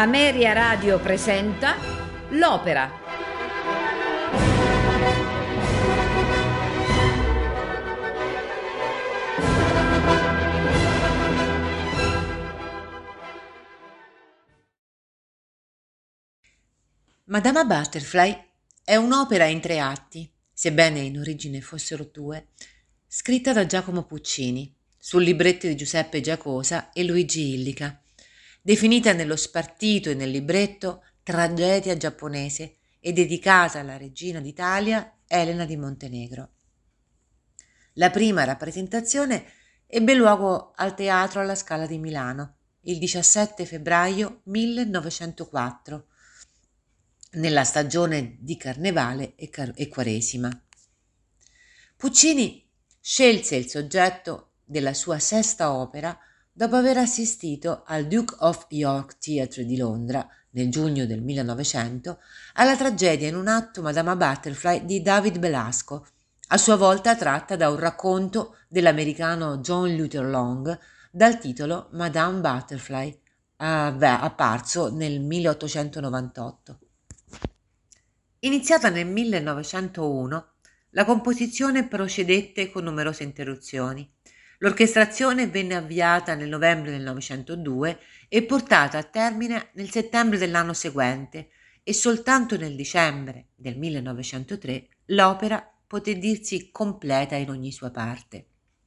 Ameria Radio presenta L'Opera. Madama Butterfly è un'opera in 3 atti, sebbene in origine fossero 2, scritta da Giacomo Puccini, sul libretto di Giuseppe Giacosa e Luigi Illica, definita nello spartito e nel libretto tragedia giapponese e dedicata alla regina d'Italia Elena di Montenegro. La prima rappresentazione ebbe luogo al Teatro alla Scala di Milano il 17 febbraio 1904, nella stagione di Carnevale e Quaresima. Puccini scelse il soggetto della sua sesta opera dopo aver assistito al Duke of York Theatre di Londra, nel giugno del 1900, alla tragedia in un atto Madama Butterfly di David Belasco, a sua volta tratta da un racconto dell'americano John Luther Long dal titolo Madame Butterfly, apparso nel 1898. Iniziata nel 1901, la composizione procedette con numerose interruzioni. L'orchestrazione venne avviata nel novembre del 1902 e portata a termine nel settembre dell'anno seguente, e soltanto nel dicembre del 1903 l'opera poté dirsi completa in ogni sua parte.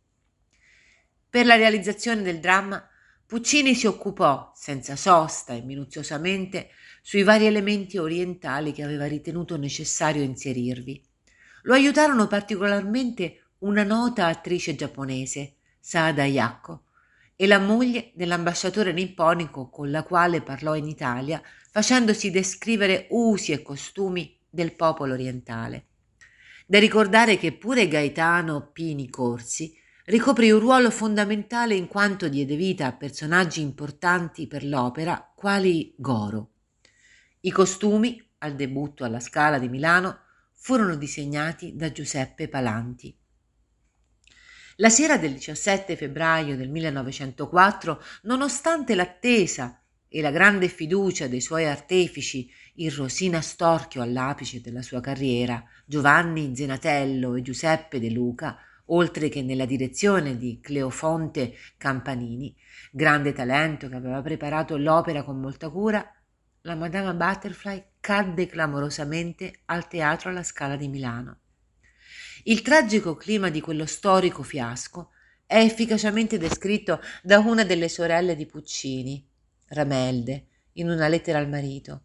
Per la realizzazione del dramma Puccini si occupò senza sosta e minuziosamente sui vari elementi orientali che aveva ritenuto necessario inserirvi. Lo aiutarono particolarmente una nota attrice giapponese, Sada Ayako, e la moglie dell'ambasciatore nipponico con la quale parlò in Italia, facendosi descrivere usi e costumi del popolo orientale. Da ricordare che pure Gaetano Pini Corsi ricoprì un ruolo fondamentale in quanto diede vita a personaggi importanti per l'opera, quali Goro. I costumi, al debutto alla Scala di Milano, furono disegnati da Giuseppe Palanti. La sera del 17 febbraio del 1904, nonostante l'attesa e la grande fiducia dei suoi artefici, il Rosina Storchio all'apice della sua carriera, Giovanni Zenatello e Giuseppe De Luca, oltre che nella direzione di Cleofonte Campanini, grande talento che aveva preparato l'opera con molta cura, la Madama Butterfly cadde clamorosamente al Teatro alla Scala di Milano. Il tragico clima di quello storico fiasco è efficacemente descritto da una delle sorelle di Puccini, Ramelde, in una lettera al marito.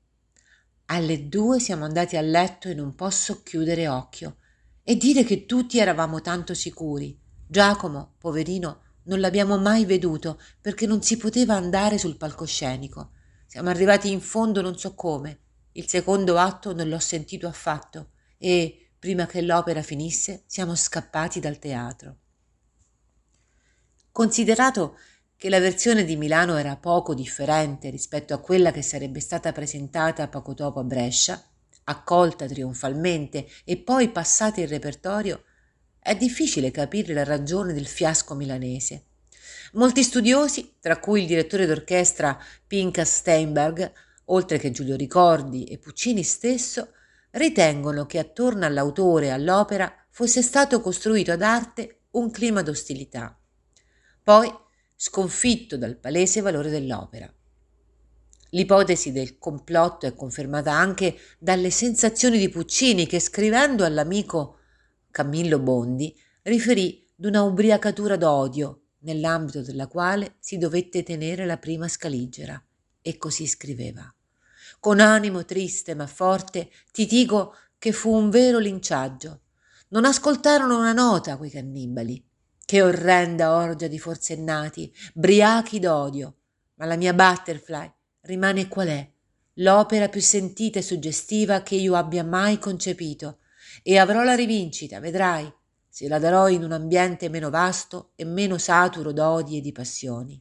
Alle 2 siamo andati a letto e non posso chiudere occhio e dire che tutti eravamo tanto sicuri. Giacomo, poverino, non l'abbiamo mai veduto perché non si poteva andare sul palcoscenico. Siamo arrivati in fondo non so come. Il secondo atto non l'ho sentito affatto e, prima che l'opera finisse, siamo scappati dal teatro. Considerato che la versione di Milano era poco differente rispetto a quella che sarebbe stata presentata poco dopo a Brescia, accolta trionfalmente e poi passata in repertorio, è difficile capire la ragione del fiasco milanese. Molti studiosi, tra cui il direttore d'orchestra Pinkas Steinberg, oltre che Giulio Ricordi e Puccini stesso, ritengono che attorno all'autore e all'opera fosse stato costruito ad arte un clima d'ostilità, poi sconfitto dal palese valore dell'opera. L'ipotesi del complotto è confermata anche dalle sensazioni di Puccini che, scrivendo all'amico Camillo Bondi, riferì d'una ubriacatura d'odio nell'ambito della quale si dovette tenere la prima scaligera, e così scriveva: «Con animo triste ma forte ti dico che fu un vero linciaggio. Non ascoltarono una nota quei cannibali. Che orrenda orgia di forsennati, briachi d'odio. Ma la mia Butterfly rimane qual è, l'opera più sentita e suggestiva che io abbia mai concepito, e avrò la rivincita, vedrai, se la darò in un ambiente meno vasto e meno saturo d'odi e di passioni».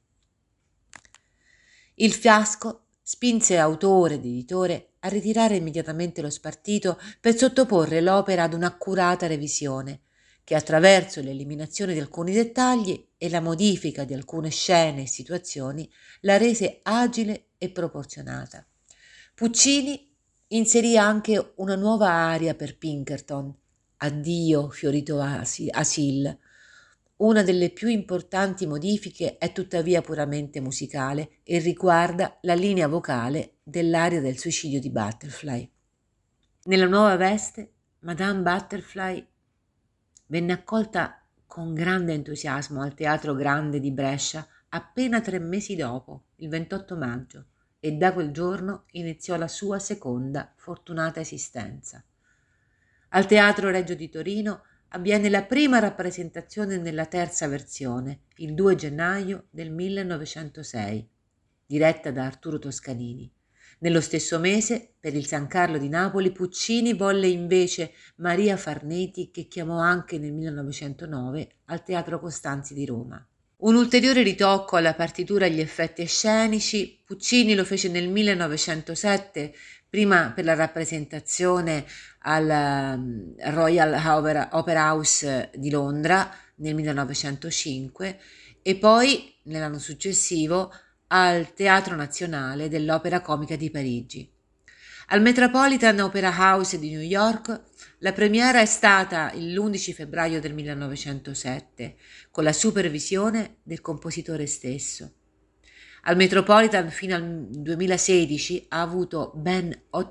Il fiasco spinse autore ed editore a ritirare immediatamente lo spartito per sottoporre l'opera ad un'accurata revisione, che attraverso l'eliminazione di alcuni dettagli e la modifica di alcune scene e situazioni la rese agile e proporzionata. Puccini inserì anche una nuova aria per Pinkerton, Addio fiorito asil. Una delle più importanti modifiche è tuttavia puramente musicale e riguarda la linea vocale dell'aria del suicidio di Butterfly. Nella nuova veste, Madame Butterfly venne accolta con grande entusiasmo al Teatro Grande di Brescia appena 3 mesi dopo, il 28 maggio, e da quel giorno iniziò la sua seconda fortunata esistenza. Al Teatro Regio di Torino avviene la prima rappresentazione nella terza versione, il 2 gennaio del 1906, diretta da Arturo Toscanini. Nello stesso mese, per il San Carlo di Napoli, Puccini volle invece Maria Farneti, che chiamò anche nel 1909 al Teatro Costanzi di Roma. Un ulteriore ritocco alla partitura e agli effetti scenici Puccini lo fece nel 1907, prima per la rappresentazione al Royal Opera House di Londra nel 1905 e poi nell'anno successivo al Teatro Nazionale dell'Opera Comica di Parigi. Al Metropolitan Opera House di New York la premiera è stata l'11 febbraio del 1907 con la supervisione del compositore stesso. Al Metropolitan fino al 2016 ha avuto ben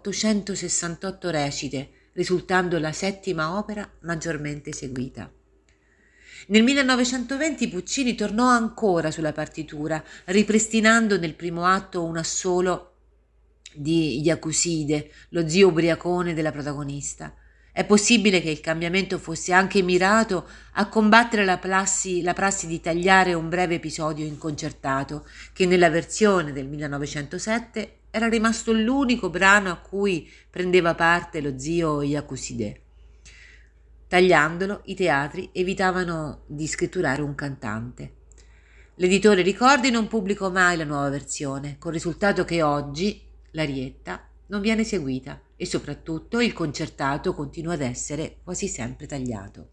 868 recite, risultando la 7ª opera maggiormente eseguita. Nel 1920 Puccini tornò ancora sulla partitura, ripristinando nel primo atto un assolo di Iacuside, lo zio ubriacone della protagonista. È possibile che il cambiamento fosse anche mirato a combattere la prassi di tagliare un breve episodio inconcertato, che nella versione del 1907 era rimasto l'unico brano a cui prendeva parte lo zio Iacuside. Tagliandolo, i teatri evitavano di scritturare un cantante. L'editore Ricordi non pubblicò mai la nuova versione, col risultato che oggi l'arietta non viene eseguita e soprattutto il concertato continua ad essere quasi sempre tagliato.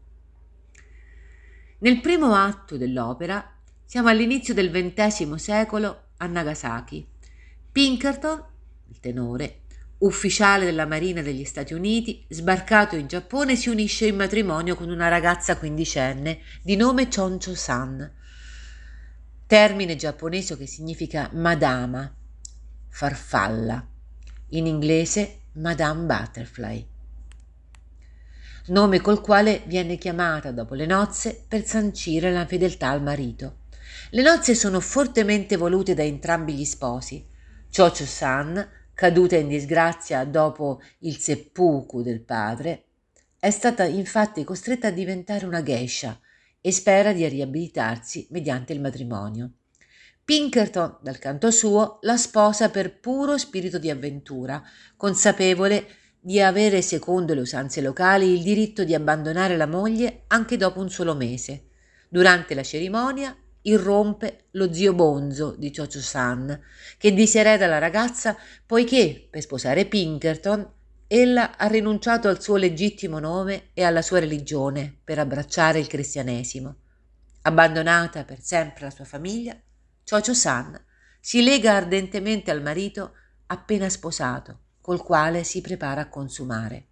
Nel primo atto dell'opera siamo all'inizio del XX secolo a Nagasaki. Pinkerton, il tenore, ufficiale della Marina degli Stati Uniti, sbarcato in Giappone, si unisce in matrimonio con una ragazza quindicenne di nome Choncho-san, termine giapponese che significa madama, farfalla, in inglese Madame Butterfly, nome col quale viene chiamata dopo le nozze per sancire la fedeltà al marito. Le nozze sono fortemente volute da entrambi gli sposi. Chocho-san, caduta in disgrazia dopo il seppuku del padre, è stata infatti costretta a diventare una geisha e spera di riabilitarsi mediante il matrimonio. Pinkerton, dal canto suo, la sposa per puro spirito di avventura, consapevole di avere, secondo le usanze locali, il diritto di abbandonare la moglie anche dopo un solo mese. Durante la cerimonia irrompe lo zio Bonzo di Chocho-san, che disereda la ragazza poiché, per sposare Pinkerton, ella ha rinunciato al suo legittimo nome e alla sua religione per abbracciare il cristianesimo. Abbandonata per sempre la sua famiglia, Chocho-san si lega ardentemente al marito appena sposato, col quale si prepara a consumare.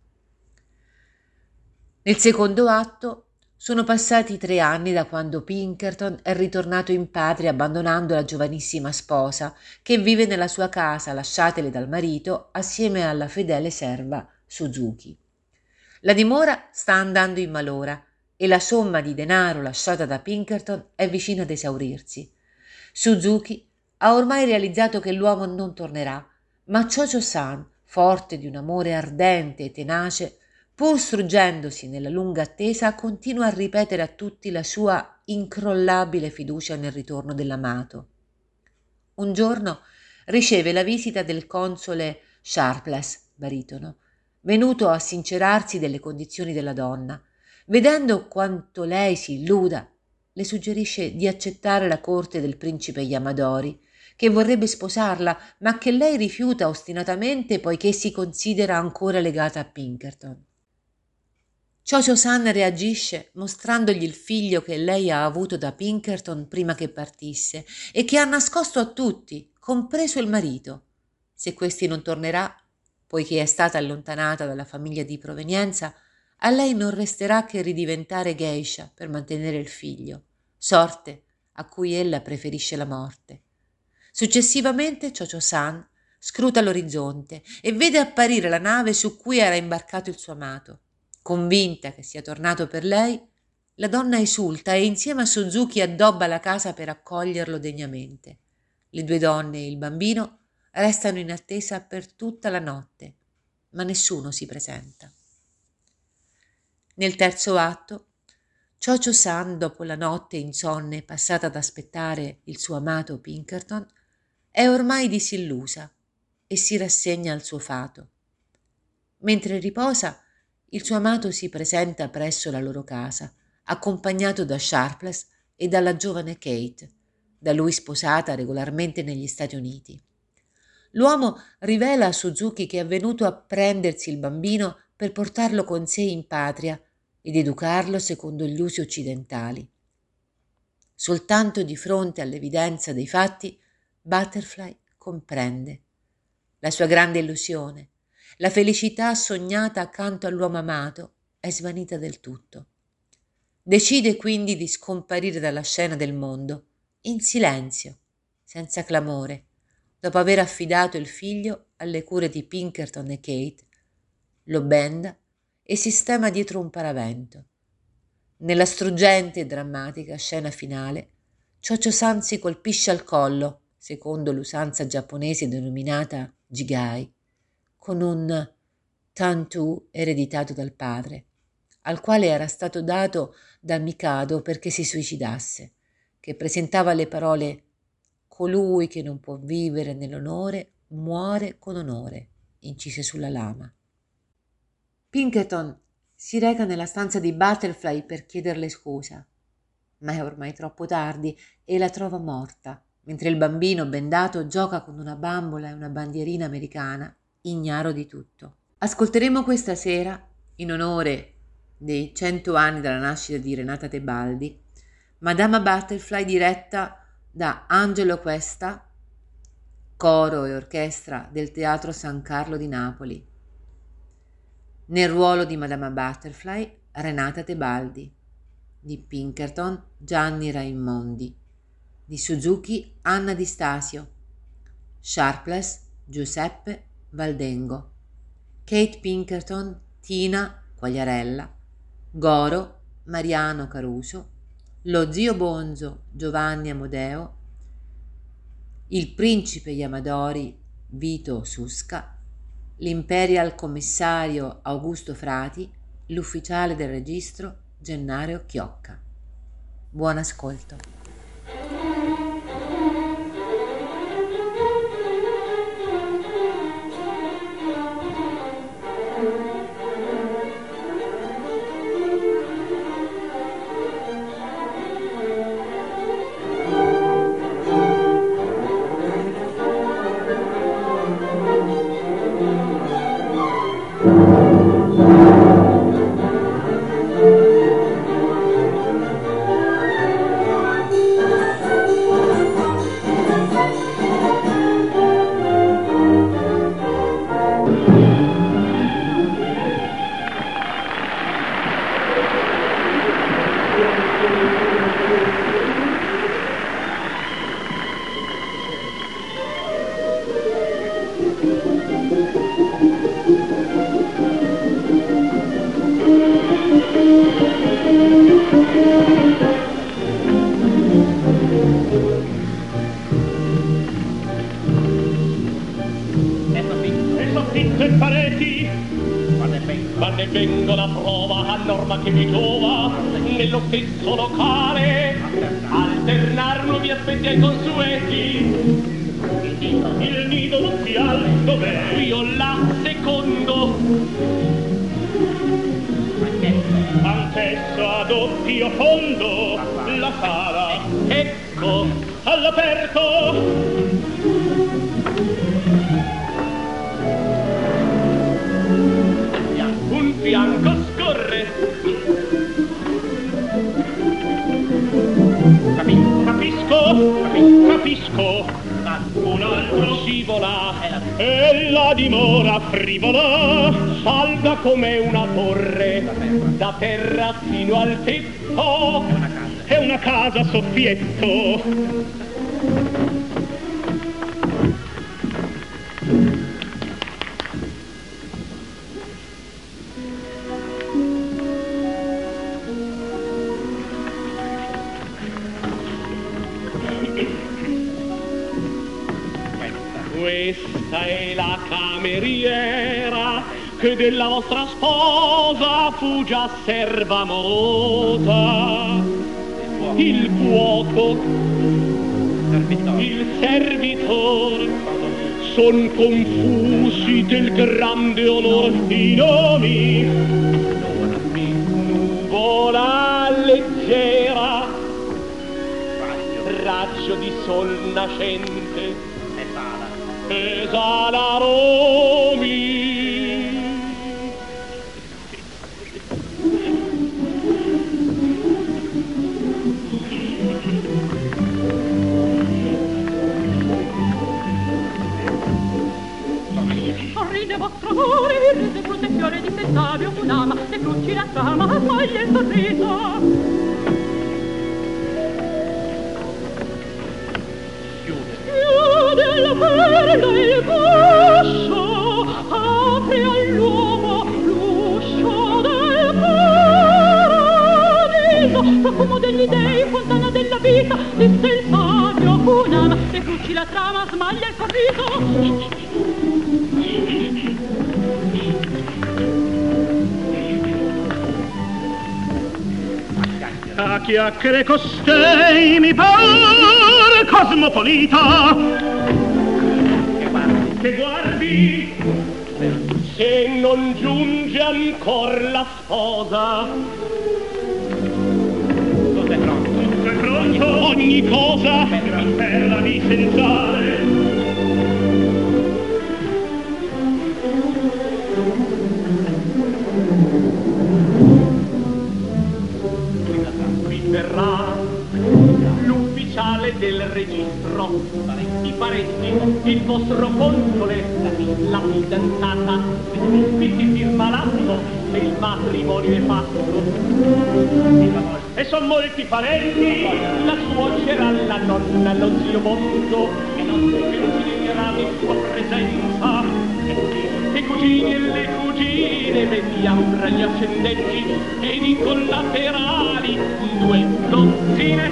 Nel secondo atto sono passati 3 anni da quando Pinkerton è ritornato in patria abbandonando la giovanissima sposa che vive nella sua casa lasciatele dal marito assieme alla fedele serva Suzuki. La dimora sta andando in malora e la somma di denaro lasciata da Pinkerton è vicina ad esaurirsi. Suzuki ha ormai realizzato che l'uomo non tornerà, ma Chocho-san, forte di un amore ardente e tenace, pur struggendosi nella lunga attesa, continua a ripetere a tutti la sua incrollabile fiducia nel ritorno dell'amato. Un giorno riceve la visita del console Sharpless, baritono, venuto a sincerarsi delle condizioni della donna. Vedendo quanto lei si illuda, le suggerisce di accettare la corte del principe Yamadori, che vorrebbe sposarla, ma che lei rifiuta ostinatamente poiché si considera ancora legata a Pinkerton. Cho-Cho-san reagisce mostrandogli il figlio che lei ha avuto da Pinkerton prima che partisse e che ha nascosto a tutti, compreso il marito. Se questi non tornerà, poiché è stata allontanata dalla famiglia di provenienza, a lei non resterà che ridiventare geisha per mantenere il figlio, sorte a cui ella preferisce la morte. Successivamente Cho-Cho-san scruta l'orizzonte e vede apparire la nave su cui era imbarcato il suo amato. Convinta che sia tornato per lei, la donna esulta e insieme a Suzuki addobba la casa per accoglierlo degnamente. Le due donne e il bambino restano in attesa per tutta la notte, ma nessuno si presenta. Nel terzo atto, Cho-Cho-san, dopo la notte insonne passata ad aspettare il suo amato Pinkerton, è ormai disillusa e si rassegna al suo fato. Mentre riposa, il suo amato si presenta presso la loro casa, accompagnato da Sharpless e dalla giovane Kate, da lui sposata regolarmente negli Stati Uniti. L'uomo rivela a Suzuki che è venuto a prendersi il bambino per portarlo con sé in patria ed educarlo secondo gli usi occidentali. Soltanto di fronte all'evidenza dei fatti, Butterfly comprende. La sua grande illusione, la felicità sognata accanto all'uomo amato, è svanita del tutto. Decide quindi di scomparire dalla scena del mondo, in silenzio, senza clamore, dopo aver affidato il figlio alle cure di Pinkerton e Kate, lo benda e sistema dietro un paravento. Nella struggente e drammatica scena finale, Cho-Cho-san si colpisce al collo, secondo l'usanza giapponese denominata jigai, con un tantu ereditato dal padre, al quale era stato dato dal Mikado perché si suicidasse, che presentava le parole «Colui che non può vivere nell'onore muore con onore», incise sulla lama. Pinkerton si reca nella stanza di Butterfly per chiederle scusa, ma è ormai troppo tardi e la trova morta, mentre il bambino bendato gioca con una bambola e una bandierina americana, ignaro di tutto. Ascolteremo questa sera, in onore dei 100 anni dalla nascita di Renata Tebaldi, Madama Butterfly diretta da Angelo Cuesta, coro e orchestra del Teatro San Carlo di Napoli. Nel ruolo di Madama Butterfly, Renata Tebaldi, di Pinkerton, Gianni Raimondi, di Suzuki, Anna Di Stasio, Sharpless, Giuseppe Valdengo, Kate Pinkerton, Tina Quagliarella, Goro, Mariano Caruso, lo zio Bonzo, Giovanni Amodeo, il principe Yamadori, Vito Susca, l'imperial commissario Augusto Frati, l'ufficiale del registro Gennaro Chiocca. Buon ascolto. Ne vengo la prova a norma che mi giova nello stesso locale alternar nuovi aspetti ai consueti. Il nido nuzial dov'è? Io là secondo, anch'esso a doppio fondo, la sala ecco all'aperto. Un fianco scorre frivola, e la dimora frivola salda come una torre, da terra fino al tetto, è una casa soffietto. Questa è la cameriera che della vostra sposa fu già serva amorosa. Il cuoco, il servitor, son confusi del grande onor. I nomi: nuvola leggera, raggio di sol nascente, esala aromi. Sorride vostro amore, rese protezione di se savio un'ama, le cruci la trama, smoglie il sorriso. Chiude la perla il guscio, apre all'uomo l'uscio del paradiso. Profumo degli dei, fontana della vita, disse il savio un'ama, le cruci la trama, smaglia il sorriso. A chiacchiere costei mi par cosmopolita, che guardi se non giunge ancor la sposa. Tutto è pronto, ogni cosa per la dissensare. Verrà l'ufficiale del registro, i parenti, il vostro console, la fidanzata, qui si firma l'atto e il matrimonio è fatto. E son molti parenti, la suocera, la nonna, lo zio mondo, che non si degnerà di sua presenza. I cugini e le cugine, vediamo tra gli ascendenti ed i collaterali, 2 dozzine.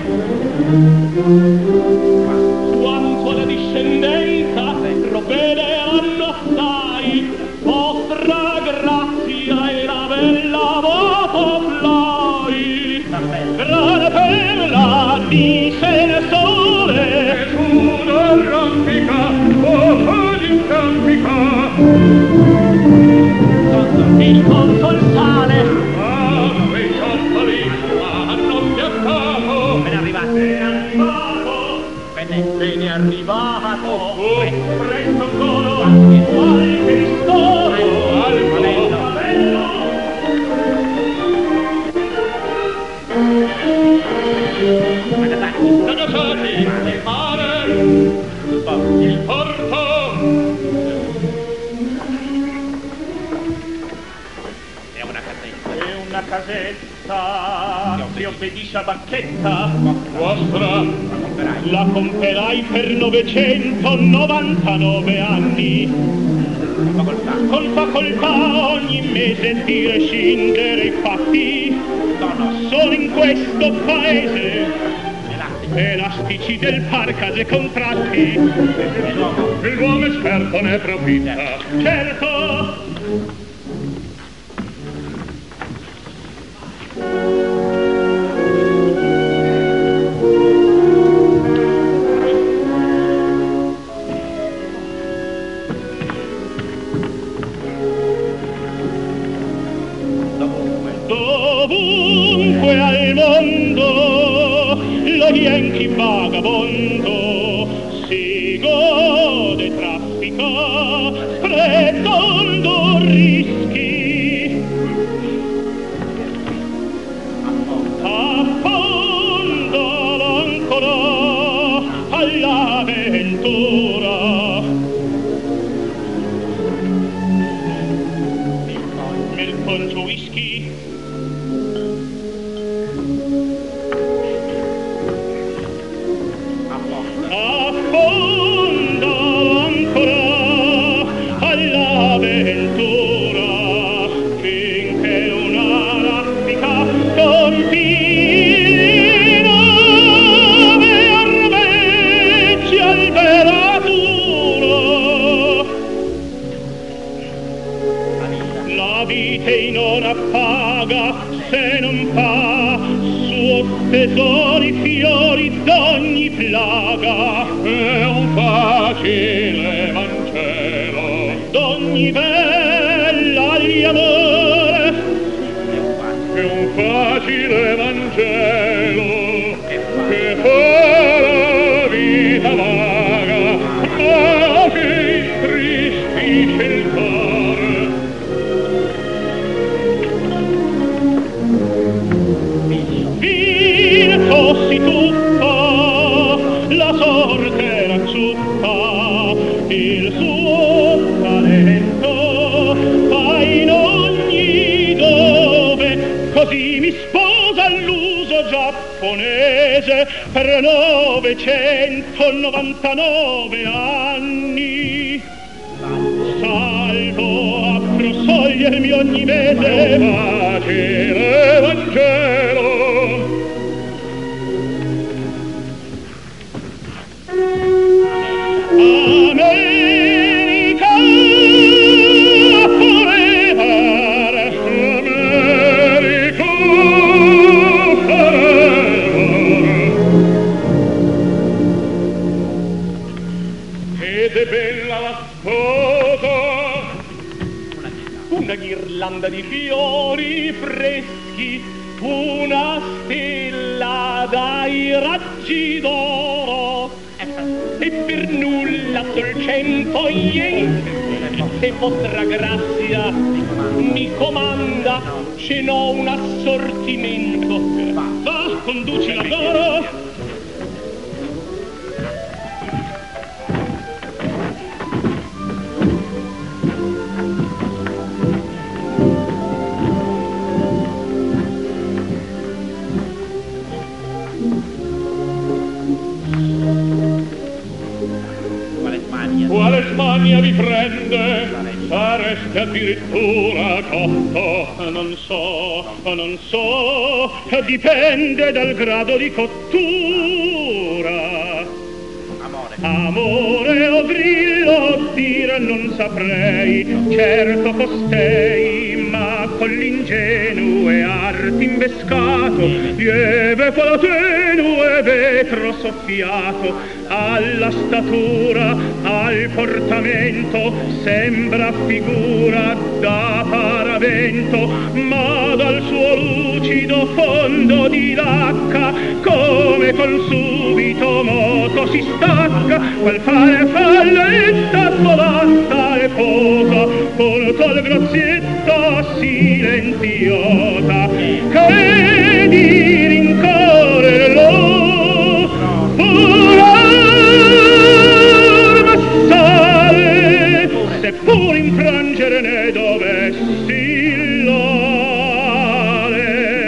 Quanto alla discendenza, provvederanno assai, vostra grazia e la bella butterfly. Grana perla di sene sole, una rampica, oh, di campica. Il consol sale, quei ciottoli, non ti accapo. Ben arrivato, ben arrivato, presto solo, qualche ristoro, al bello. Nagasaki, il mare, il porto. Una casetta che obbedisce a banchetta vostra, la comperai per 999 anni, con facoltà ogni mese di rescindere i fatti. Solo in questo paese elastici del par case contratti, l'uomo esperto ne profitta, certo. Dovunque al mondo lo Yankee vagabondo si gode, traffica, pretendo rischi, affonda l'ancora all'avventura. vite in ora paga se non fa suo tesori fiori d'ogni plaga. È un facile Vangelo d'ogni bella agli amore, è un facile Vangelo che fa la vita vaga, ma che intristisce il cuore. Virto si tuffa, la sorte razzuppa, il suo talento fa in ogni dove, così mi sposa all'uso giapponese per 999 anni. Salvo a prosogliermi ogni mese, facile Vangelo. America forever, America forever. Ed è bella la sposa, una ghirlanda di fiori freschi, una stella dai raggi d'oro, e per nulla sul 100 yen, se vostra grazia mi comanda, ce n'ho un assortimento. Va, conduci la d'oro. Quale smania vi prende? Sareste addirittura cotto. Non so, dipende dal grado di cottura. Amore o grillo, dire non saprei, certo costei, ma con l'ingenue arte invescato, lieve con la tenue vetro soffiato, alla statura, al portamento, sembra figura da paravento, ma dal suo lucido fondo di lacca, come col subito moto si stacca, qual farfalletta svolata e posa, con col grazietta silenziosa, che di rincorrerlo pur massare, seppur infrangere ne dovessi l'ale.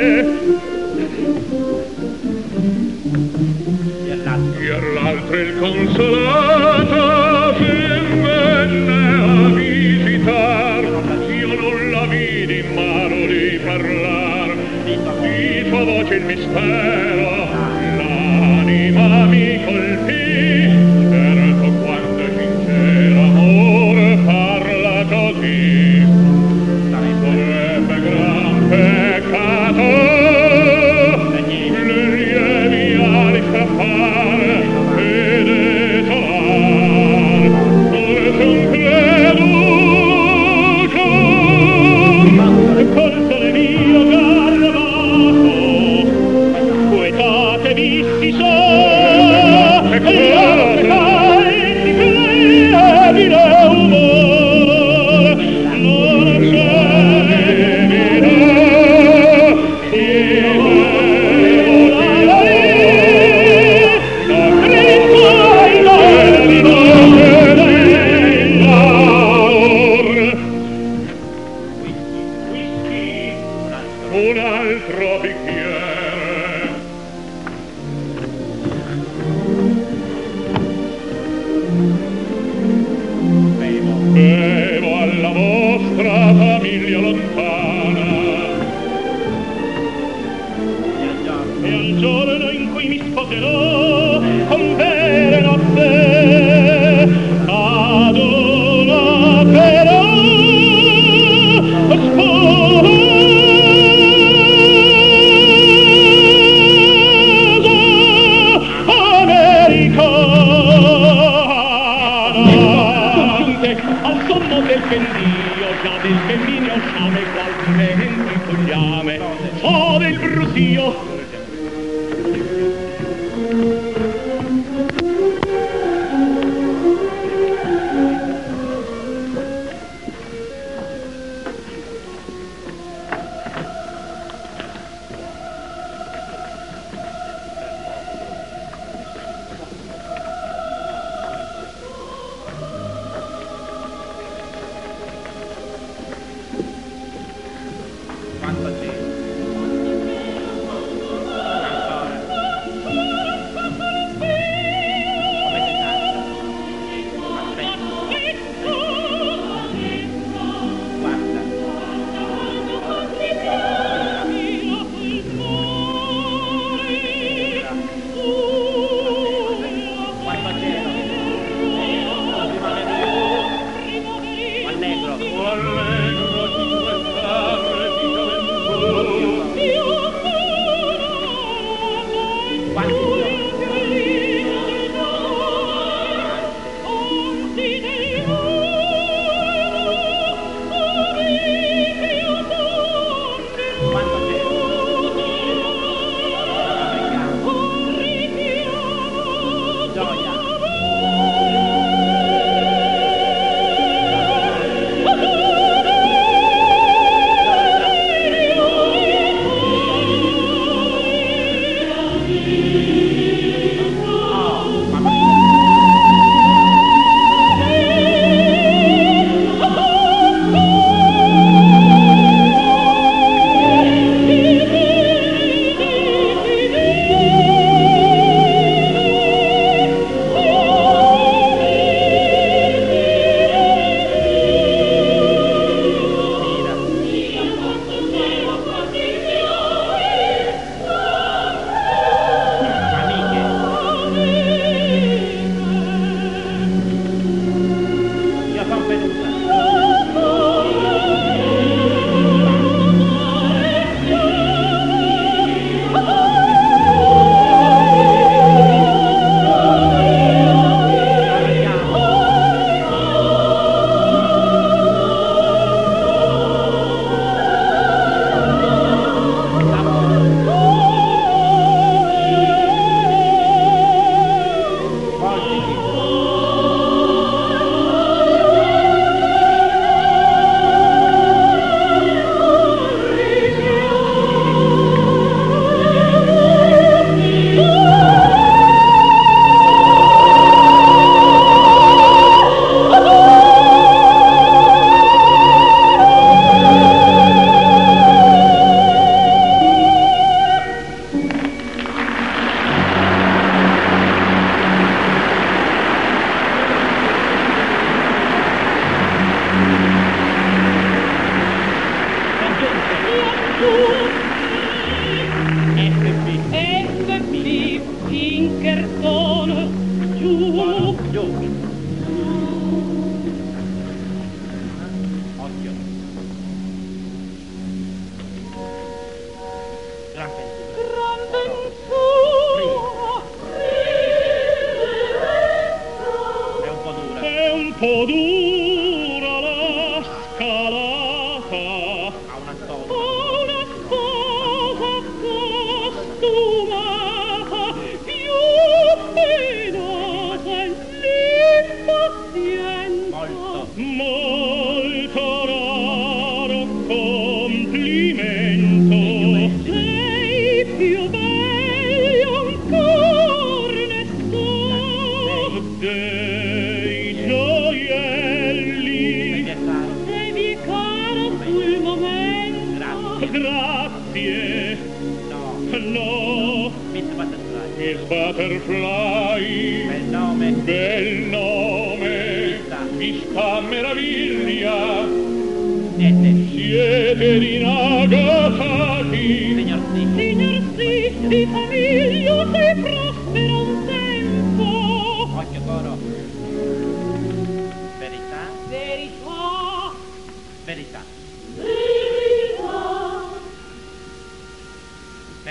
Ier l'altro il consolato che venne a visitar, io non la vidi ma l'udì parlar, di sua voce il mistero, l'anima mi colpì, certo quando sincero amore parla così, sarebbe gran peccato le lievi ali strappare e desolar, forse un creduto col sole mio garbato, state al sommo del pendio, già del femmineo sciame, qual venti fogliame, so del brusio.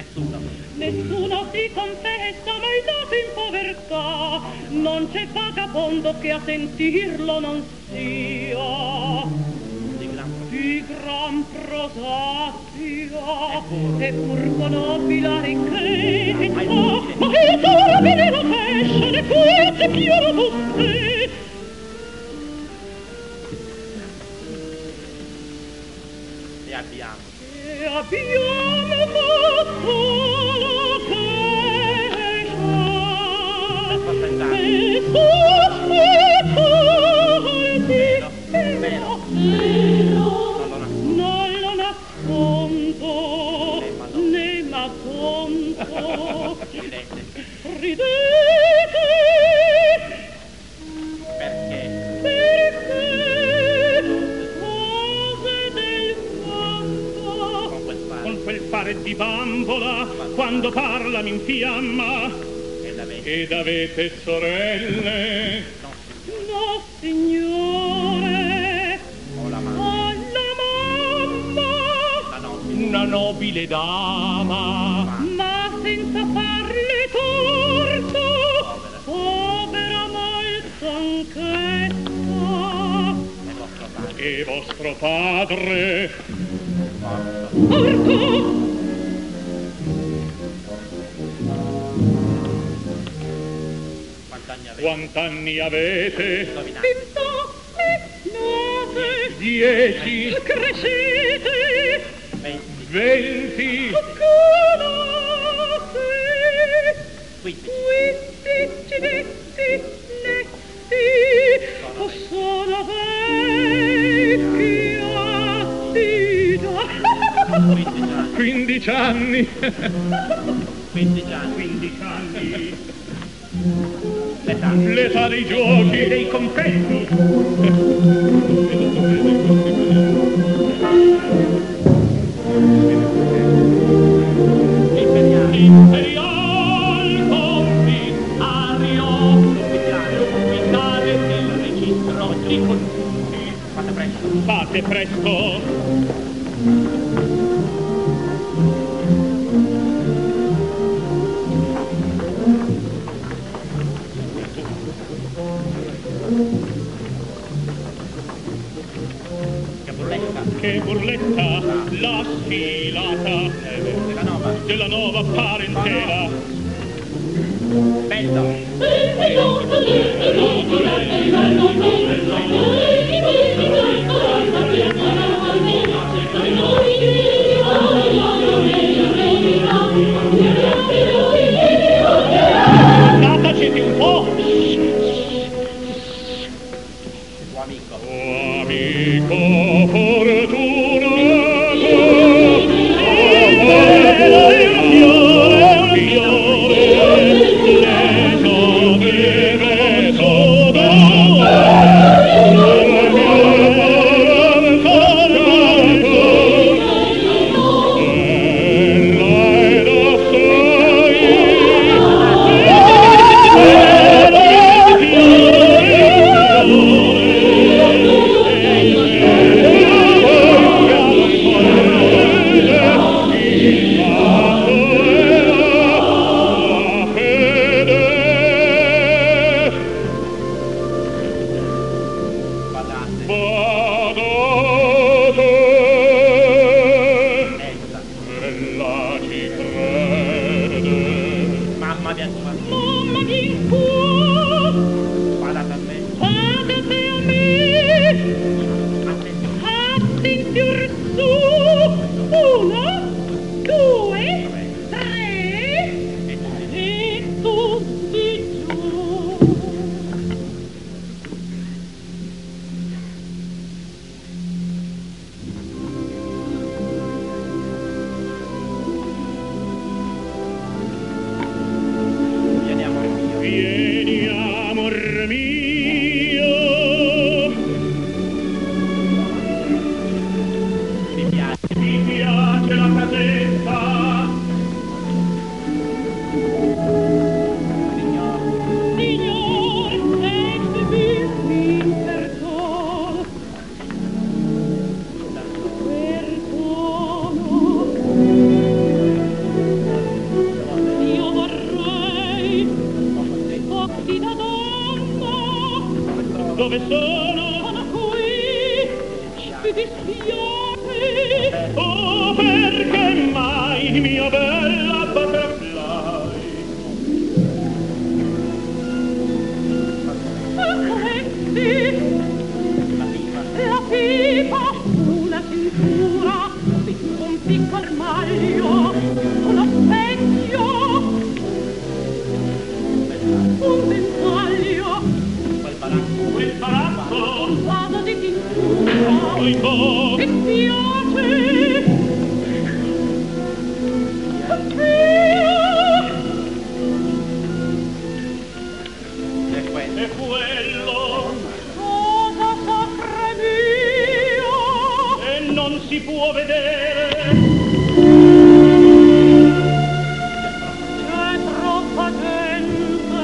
Nessuno si confessa mai dato in povertà, non c'è vagabondo che a sentirlo non sia di gran prosapia e pur con nobile ricchezza, ma il termine la pesce le forze più robuste. E abbiamo solo che non lo nascondo né m'azzonto. Ridete perché cose del fanto con quel fare di bambola quando parla mi infiamma. Ed avete sorelle? No, signore. ho la mano. Ho la mamma, una nobile dama, ma senza farle torto, povera molto anch'essa. E vostro padre? Morto. Quant'anni avete? 28 9 10 crescete 20 15 sono vecchia 15 anni 15 anni l'età dei giochi e dei confetti. Imperial commissario l'ufficiale del registro di consunti. Fate presto. Che burletta, la sfilata della nuova parentela. Bello. Tacete un po'. Amico fortunato, mi dispiace. Oh, perché mai, mia bella butterfly? Eccoletti, la pipa, una cintura, un piccolo maglio, uno specchio, un ventaglio, quel palazzo, un vaso di tintura, mi spiace, è quello, cosa sacre mio, e non si può vedere. C'è troppa gente.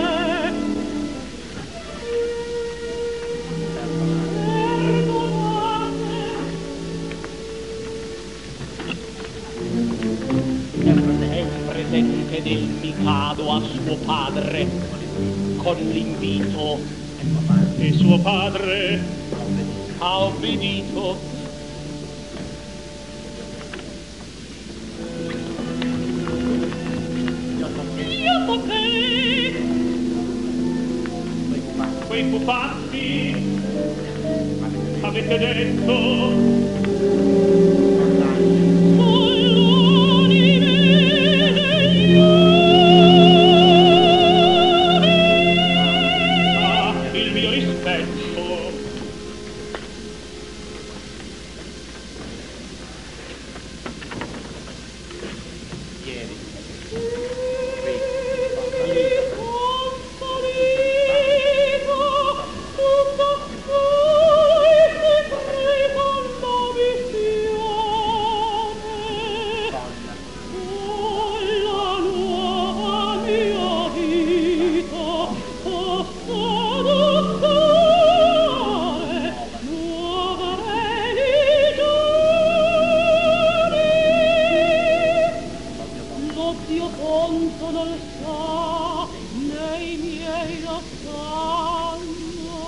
È il presente del Mikado a suo padre con l'invito, e suo padre ha obbedito. Io potrei quei pupazzi avete detto il mio rispetto. L'odio conto non sa, né i miei lo sanno.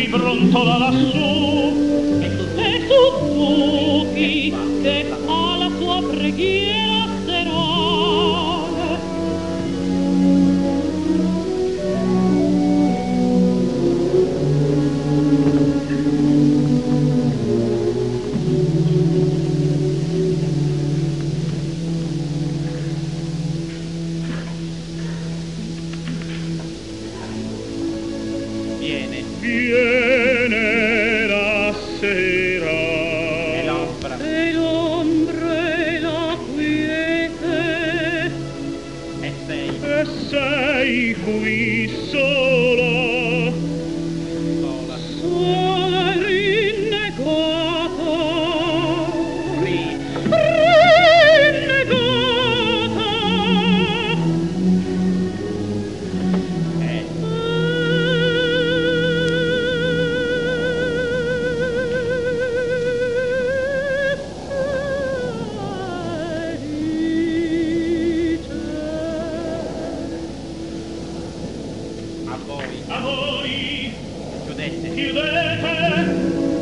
brontola lassù e suppuchi che fa la sua preghiera serale. Viene la sera E l'ombra e la quiete, e sei qui sola, sola e rinnegata, rinnegata. a voi Chiudete. chiudete.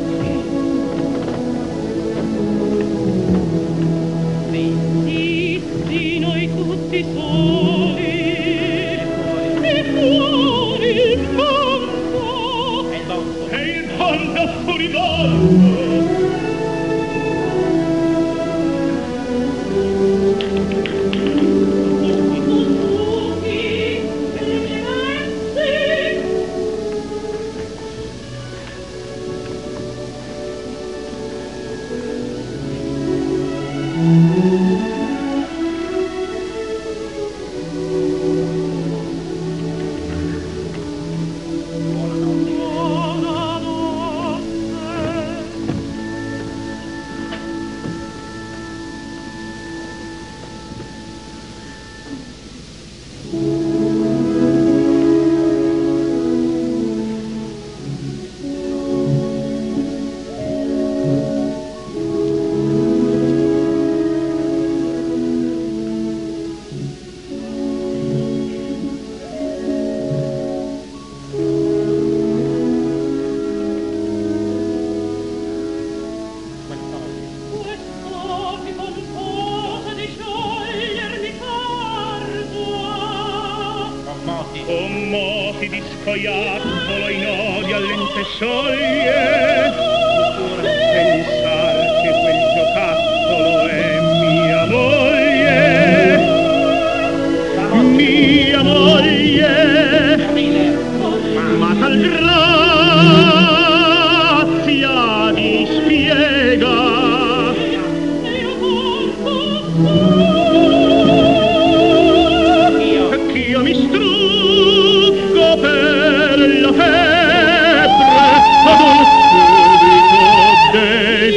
Sì, noi tutti soli, e fuori il mondo, E il mondo furibondo. Commoti di scoiattolo i nodi alle lente soglie, pensar che quel giocattolo è mia moglie, ma tal grazia di spiega ch'io mi struggo per la febbre ad un subito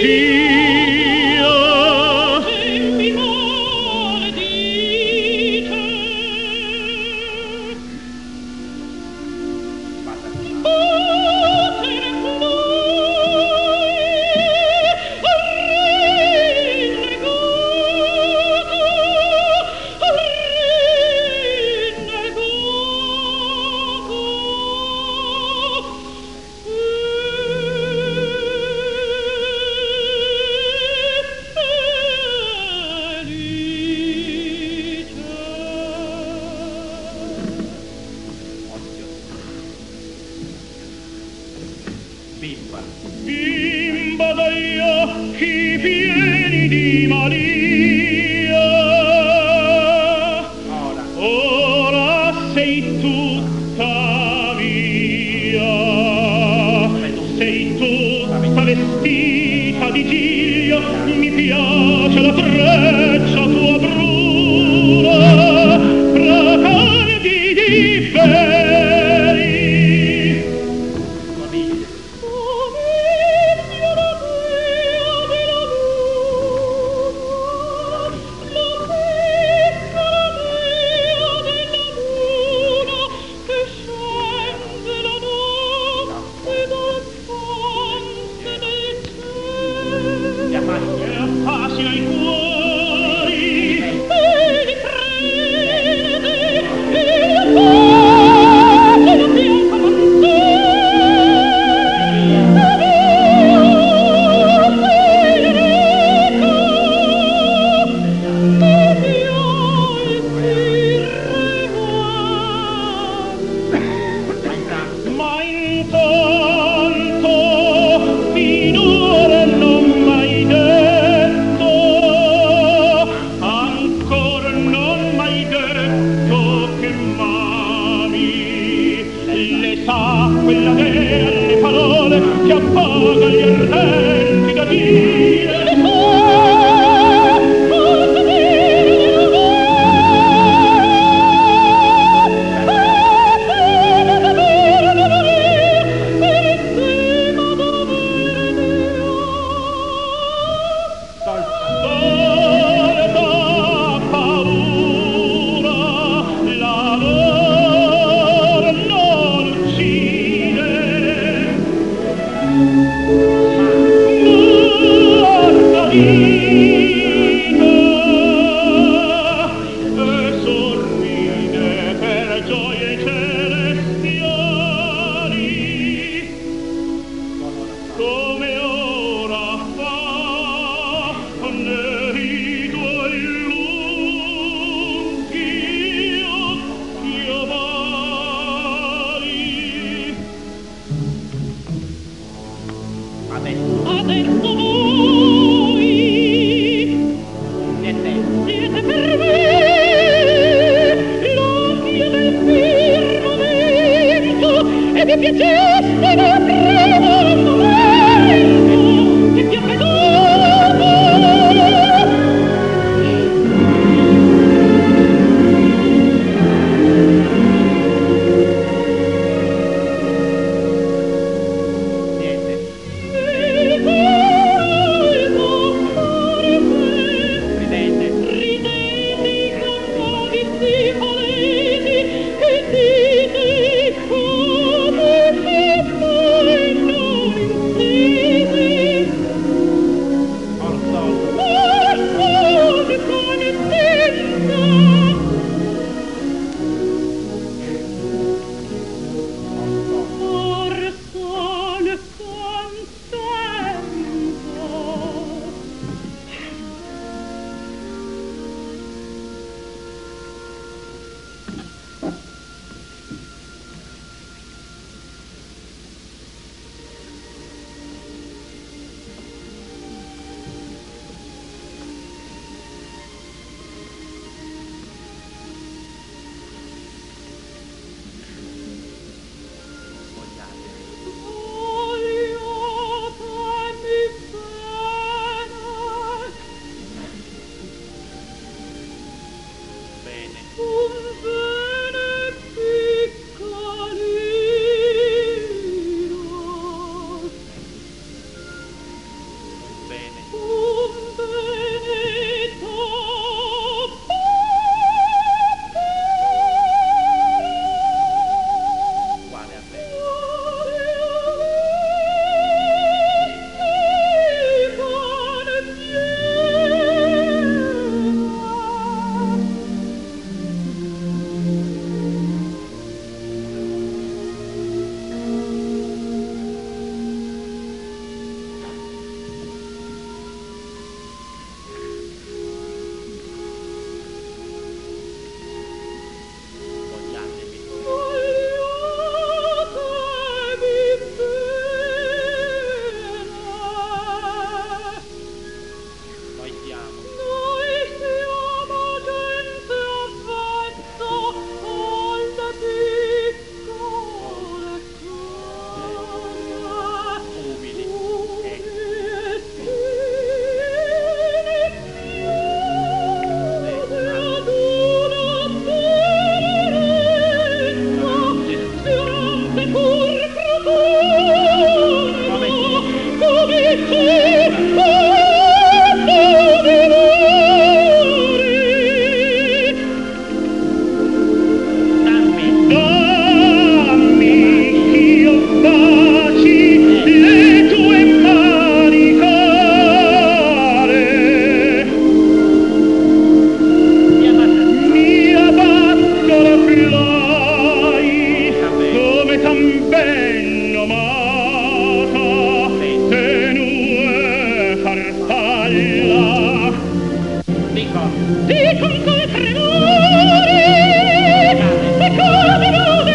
Dicon col tremore, se cade rode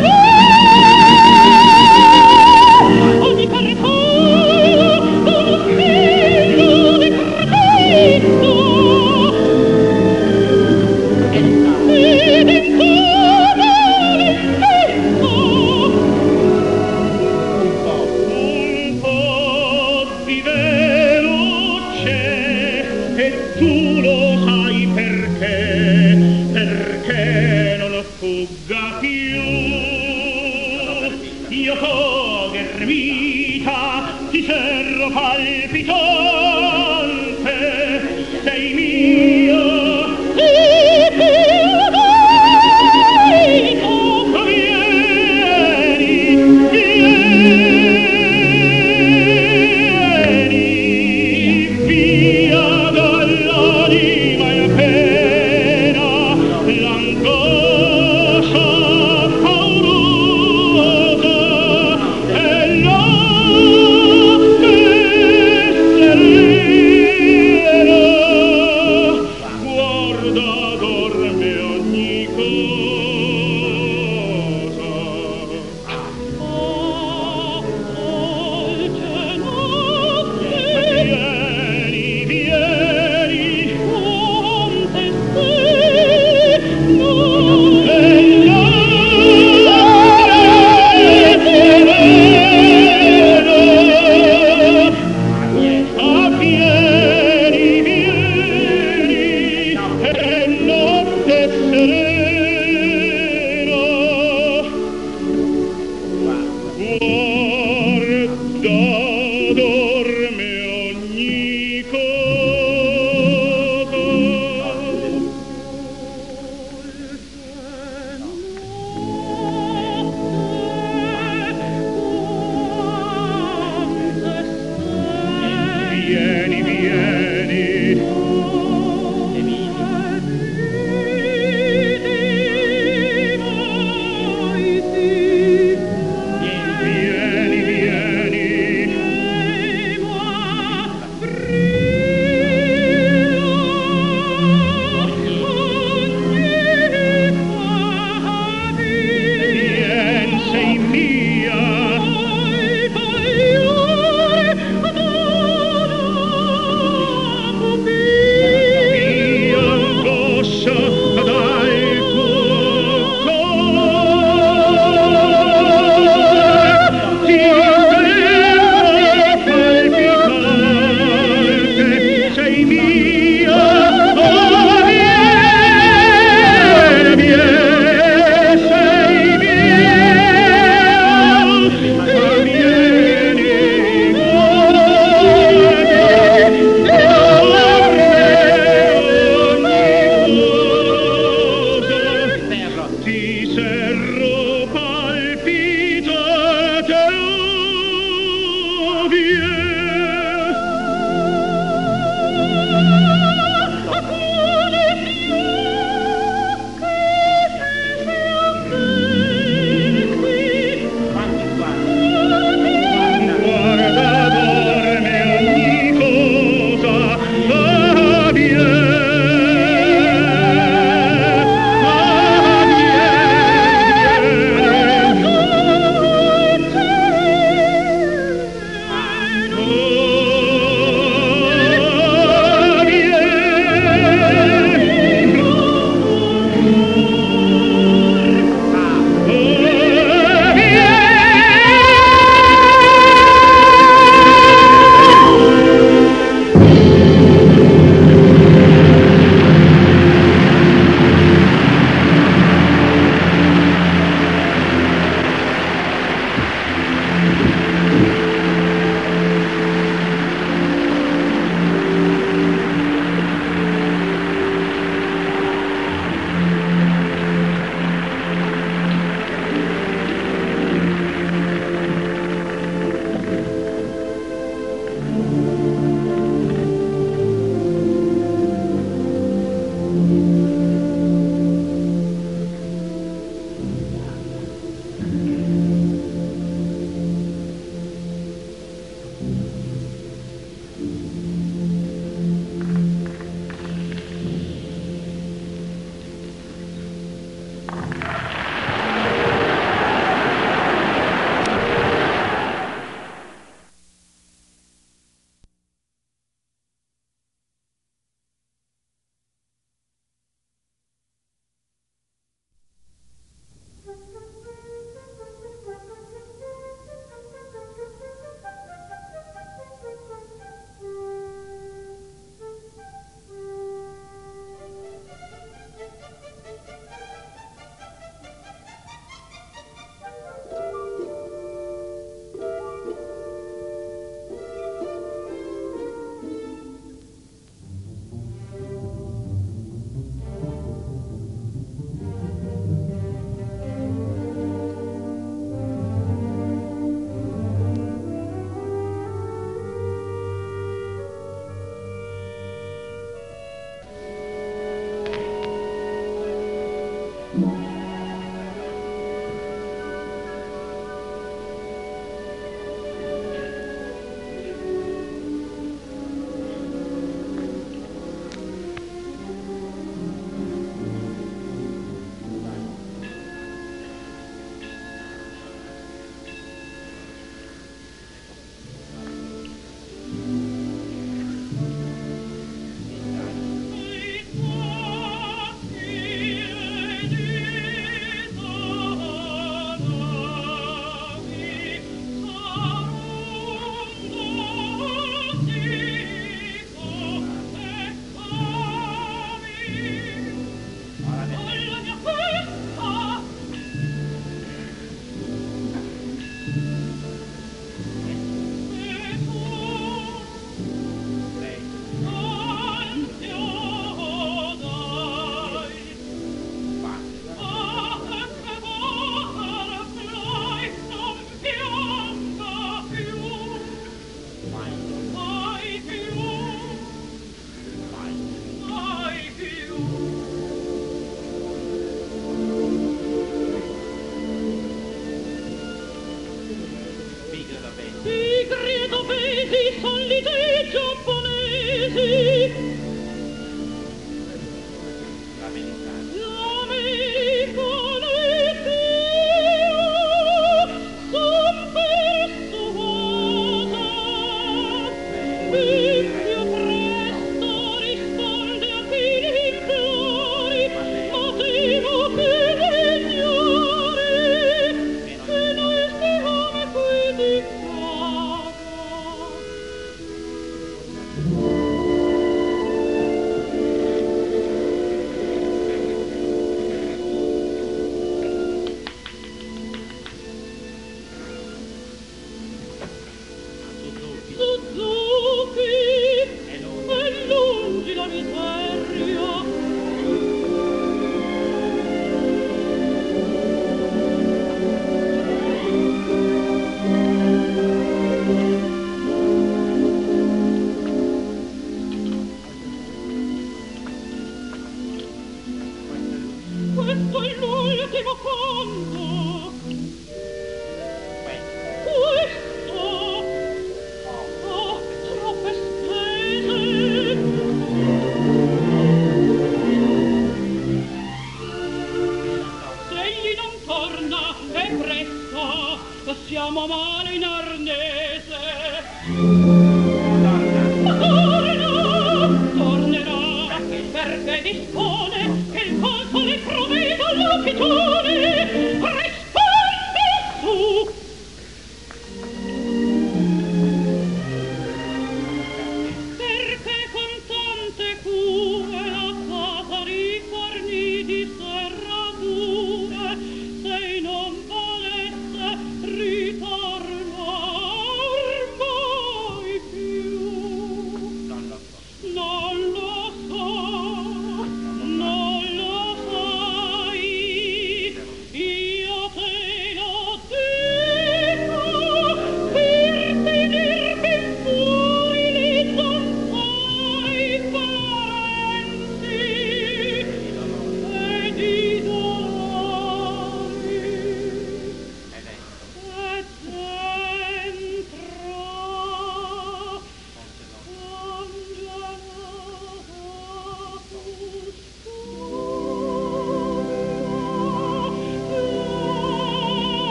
ogni carretto, uno figlio di Cristo. Ed in coda l'effetto un po' di velo c'è e tu lo sai perché non fugga più. Io con ermita ti serro palpitante, sei mio e più dai tu vieni via dall'anima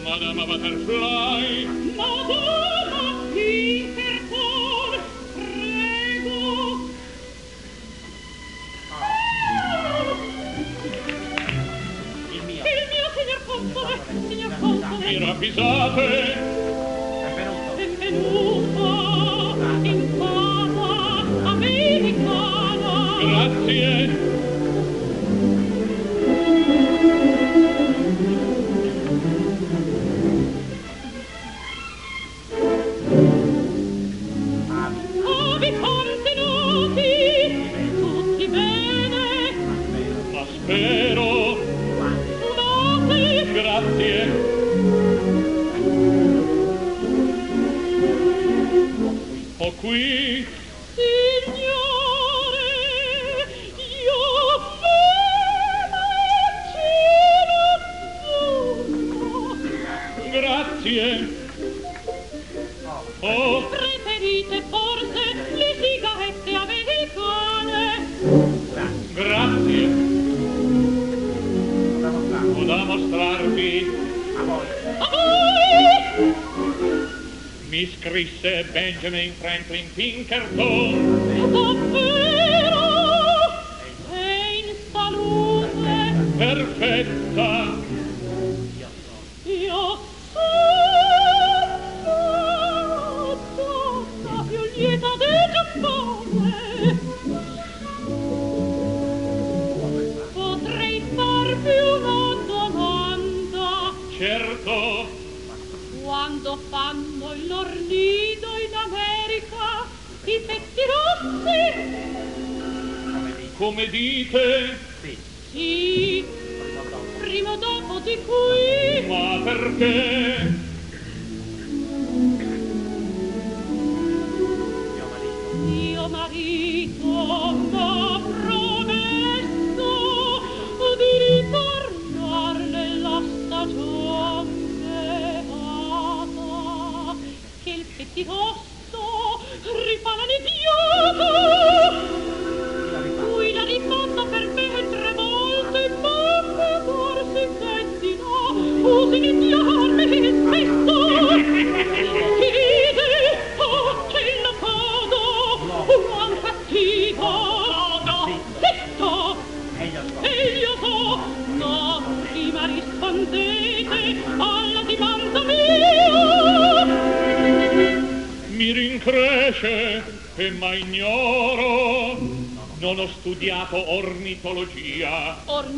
Madama Butterfly. Madama Pinkerton, prego. Il mio Signor Console. Mi ravvisate. Benvenuto in casa americana. Grazie. Abitanti noti, tutti bene. Ma spero. Noti. Grazie. Ho qui. Signore, io vedo il cielo azzurro. Grazie. Oh, Preferite forse le sigarette americane? grazie. Ho da mostrarvi. A voi! Mi scrisse Benjamin Franklin Pinkerton. Davvero? È in salute? Perfetta. Io sono la più lieta del Giappone. Potrei farvi una domanda. Certo. Quando fanno il lor nido in America i petti rossi? Come dite? Sì, prima o dopo di qui. Ma perché? Mio marito m'ha promesso di ritornar nella stagione beata, che il pettirosso rifà l'anedioto. Cui la riposa per me 3 volte, ma per si sentirà, usi di diarmi spesso. Chiede, oh, che la codo, un cattivo. Zitto, e io so, no, prima rispondete alla dimanda mia. Mi rincresce e ma ignoro. Non ho studiato ornitologia.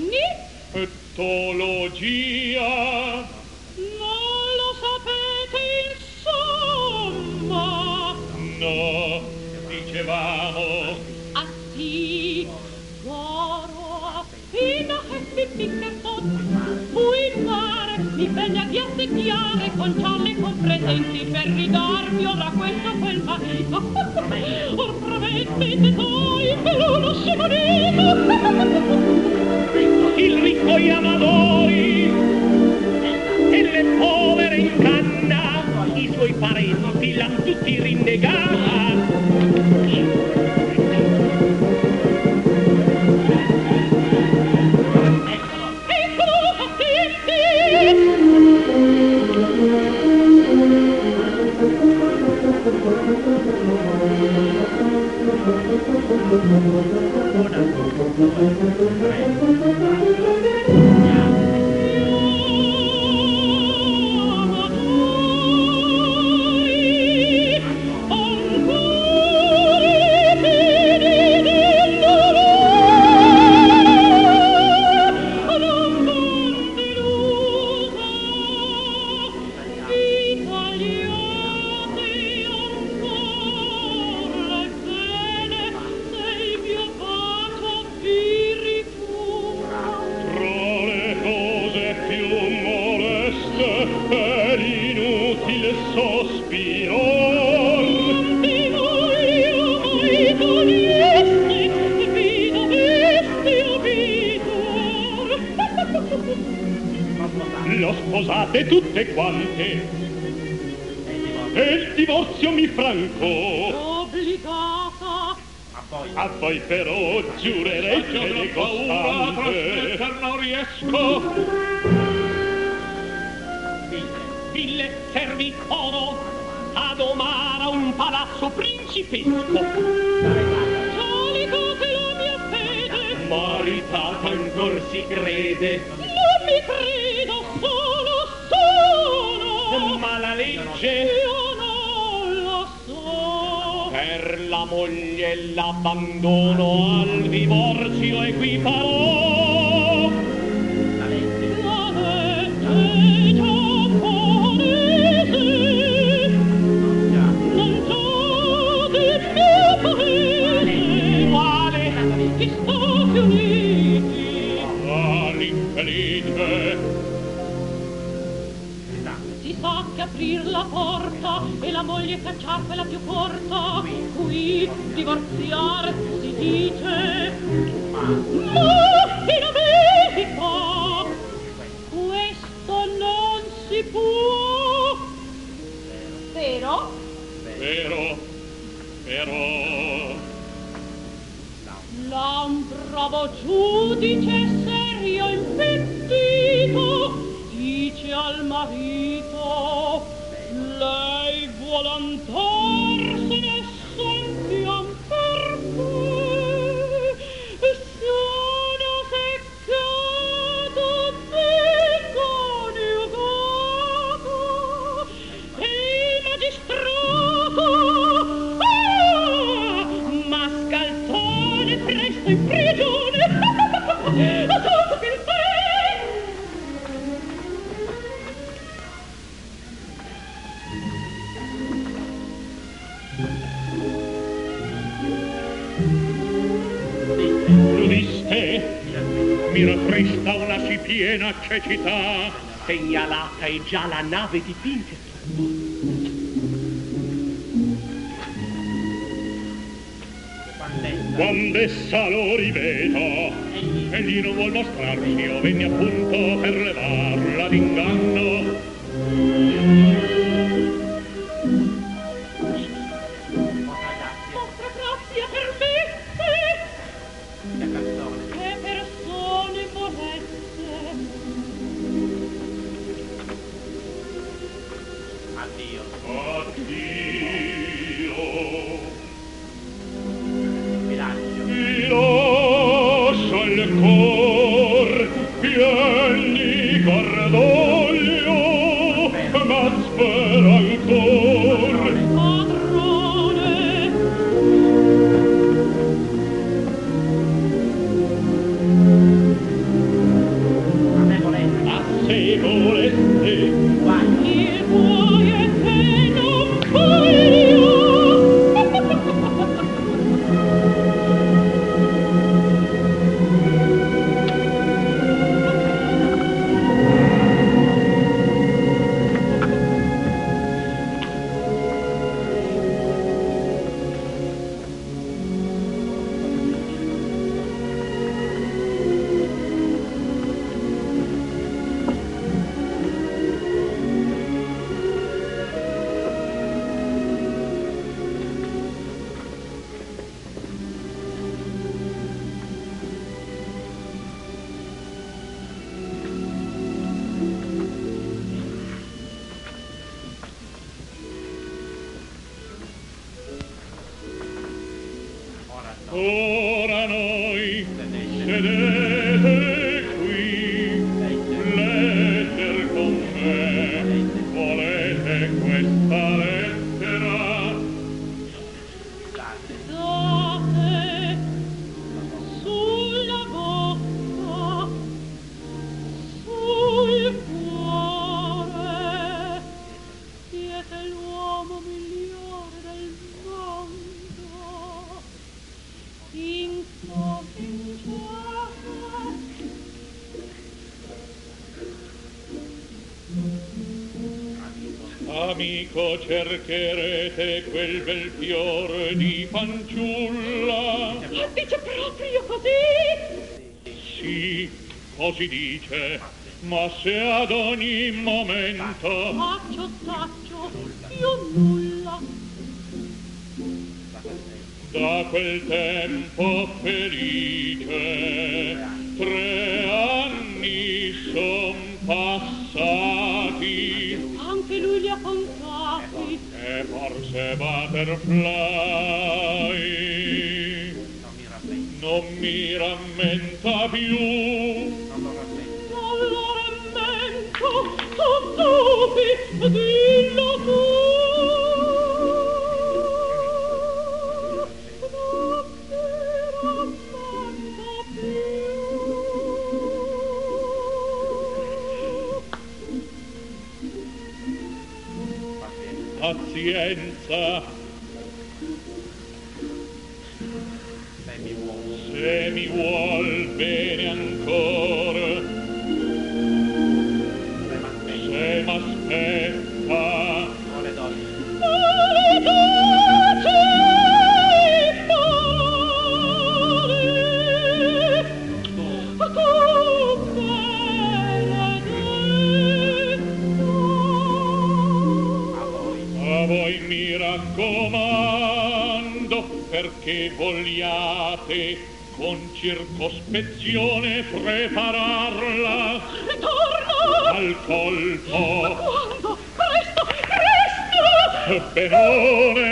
Etologia. Non lo sapete, insomma. No, dicevamo. Ah sì, d'oro appena che si Pinkerton fu in mare, mi venne a ghiacciare con cialle con presenti per ridarvi ora questo quel marito. Or promettete voi per uno scimonito. Il ricco gli amadori e le povere in canna, i suoi parenti l'han tutti rinnegata. Eccolo, attenti! L'ho sposate tutte quante e il divorzio mi franco. Obbligata. A voi però giurerei fede costante. Non riesco. 1000 servi oro ad Omara un palazzo principesco. Solico che la mia fede, Maritata ancor si crede, non mi credo, sono, ma la legge io non la so. per la moglie l'abbandono al divorzio equiparò. La legge giapponese non so del mio paese, Quale? gli Stati Uniti. All'infelice Si sa che aprir la porta e la moglie cacciar quella più corta, qui divorziar si dice, ma in America questo non si può. Vero? Però Là un bravo giudice serio impettito dice al marito: lei vuol andarsene sentiam perché sono seccato del coniugato e il magistrato mascalzone presto in prigione. A tutto che il L'udiste mi raffresta una sì piena cecità, segnalata è già la nave di Pinkerton. Quando essa lo riveda, egli non vuol mostrarsi, io venne appunto per levarla d'inganno. vostra grazia per me, che persone volesse. Addio. Mi lascio il cor pien di cordoglio, ma spero ancor. Padrone, A se voleste, il vuoi e che non voglio. ora noi sedete qui, letter con me, volete questa lettera? Date sulla bocca, sul cuore, siete l'uomo migliore del mondo. Amico, cercherete quel bel fior di fanciulla? Dice proprio così? Sì, così dice, ma se ad ogni momento Taccio, io nulla. da quel tempo felice 3 anni son passati, Anche li ha contati. E forse Butterfly non mi rammenta più. Non lo rammento, Suzuki, dillo tu. Non mi rammenta più. Pazienza, se mi vuol bene ancora, se m'aspetta, Ole dolce, a voi mi raccomando, perché vogliate con circospezione prepararla ritorno! al colpo. Quando? Presto, presto! Benone!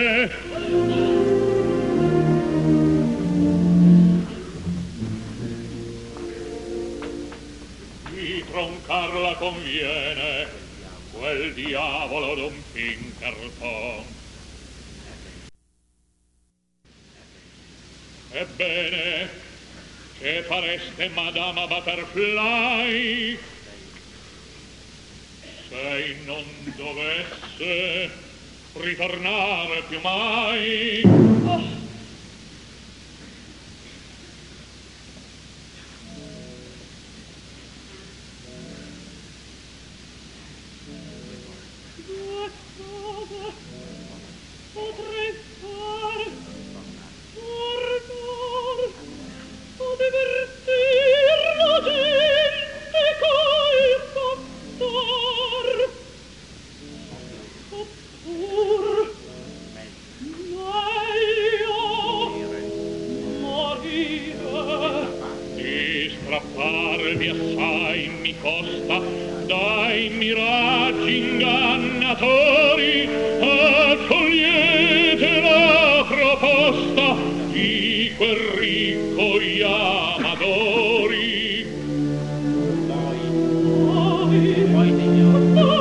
Di troncarla conviene quel diavolo d'un Pinkerton. Ebbene, che fareste, Madama Butterfly, se non dovesse ritornare più mai? Due cose potrei fare: guardar o divertir la gente col fattor, oppur meglio morire. Di strapparvi assai mi costa dai miraggi ingannatori. Accogliete la proposta di quel ricco Yamadori. Voi, signor,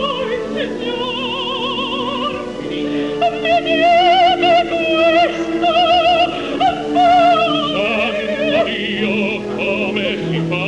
mi diete questo Santo Dio, come si fa?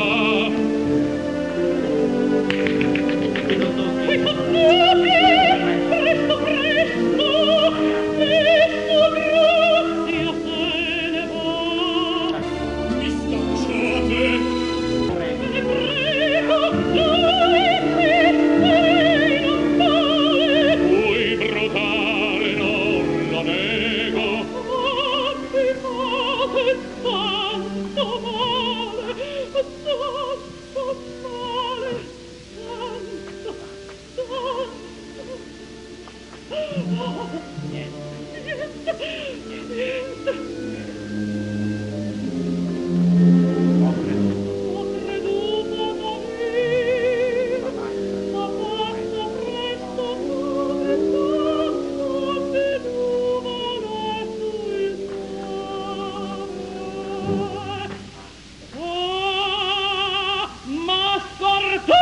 presto, presto, questo grazia se ne va. Mi scacciate! Me ne prego, lei non vale. Cui brutale non lo nego. Anzi, fate tanto male, tanto male, tanto, tanto. Niente. Ho creduto morire, ma forse presto come tanto di nuvole sul mare. Ma sfortunata!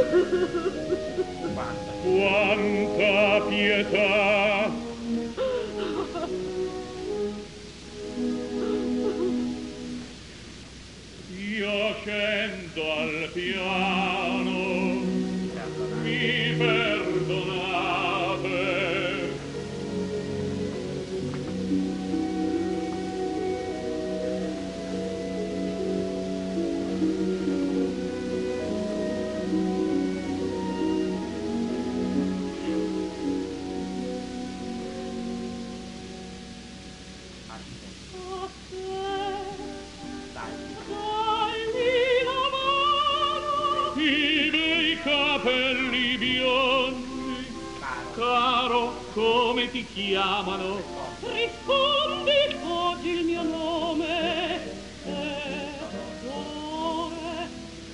Quanta pietà! Io scendo al piano, mi perdonate. I bei capelli biondi, caro, come ti chiamano? Rispondi oggi il mio nome è Cuore.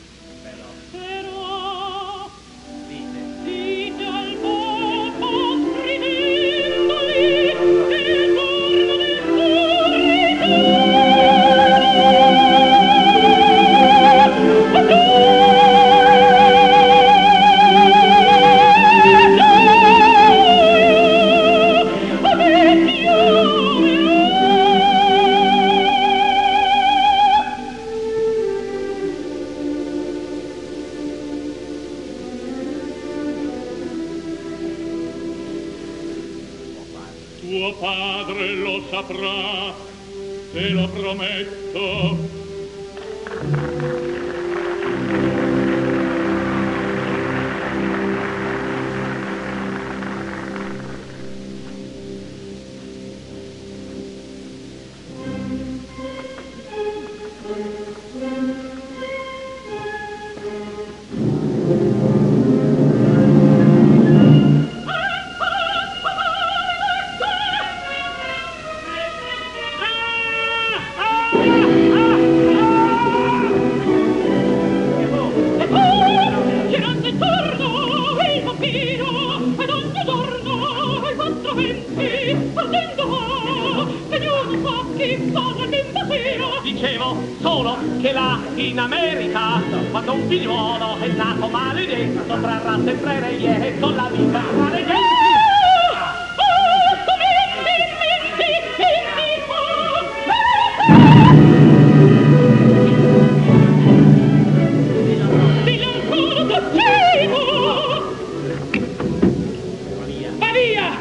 Però dite al popolo scrivendoli che il giorno del tuo Tuo padre lo saprà, te lo prometto. girando intorno il vampiro ed ogni giorno ai 4:20 partendo va e non sa chi sarà l'imbasiro. Dicevo solo che là in America, quando un figliuolo è nato maledetto, trarrà sempre lieto la vita maledetta. Va via!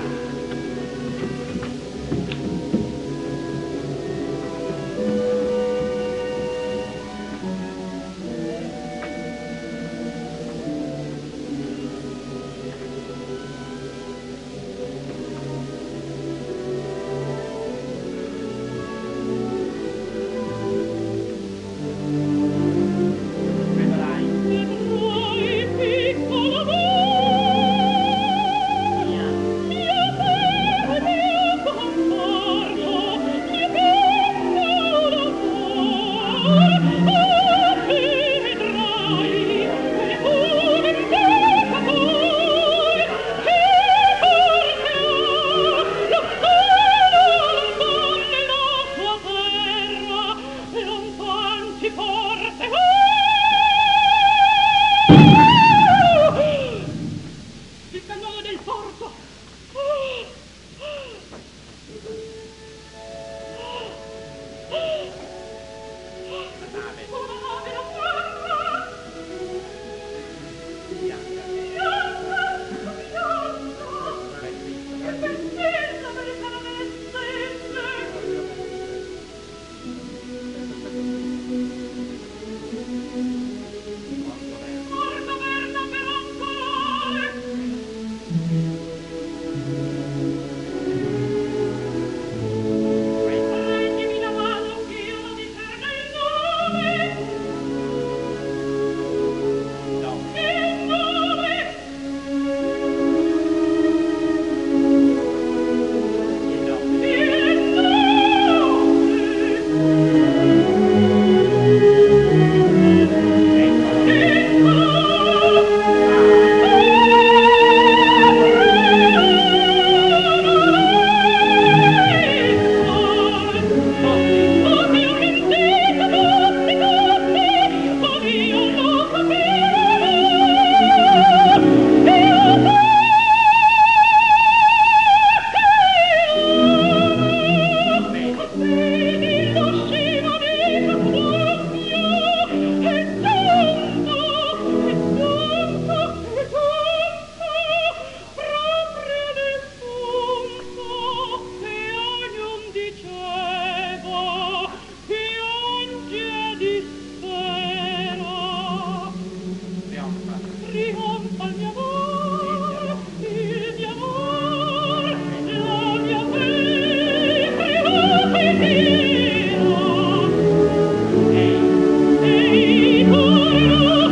trionfa il mio amor, la mia fe, trionfa in Dio. Ehi, corro,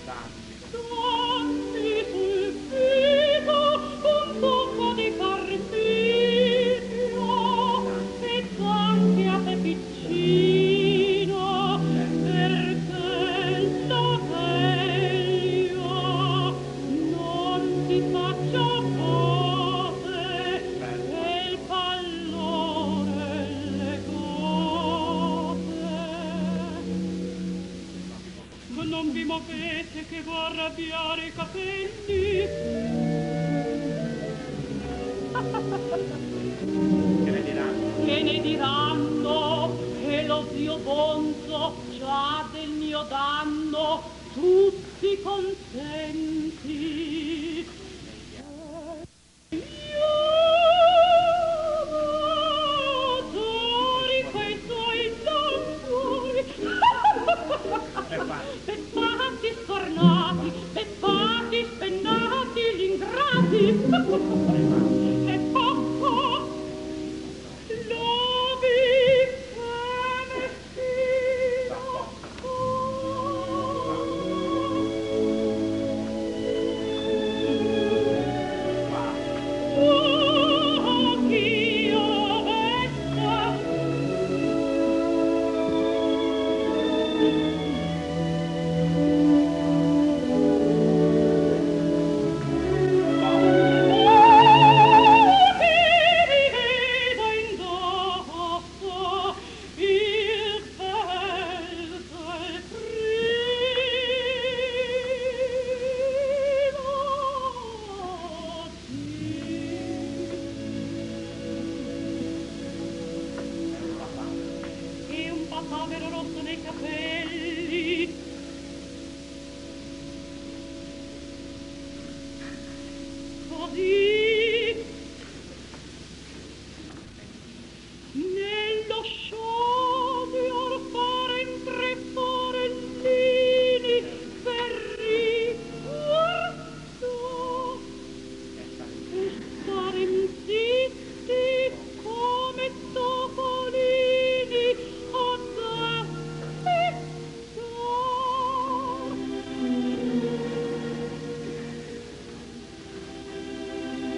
Dammi sul viso un tocco di parmigiano e anche a te piccino, perché la veglia non ti faccia cose e il pallore le cose. Non vi muovete che vuoi arrabbiare i capelli. Che ne diranno che lo zio Bonzo già del mio danno tutti contenti. Tori quei suoi tamburi. Peppati, scornati, peppati, spennati, gli ingrati. E poco lovi Celestino. Chi ovesta e un papavero rosso nei capelli. Così nello sciopero fare in tre forellini per riguardo e stare zitti come topolini ad aspettare.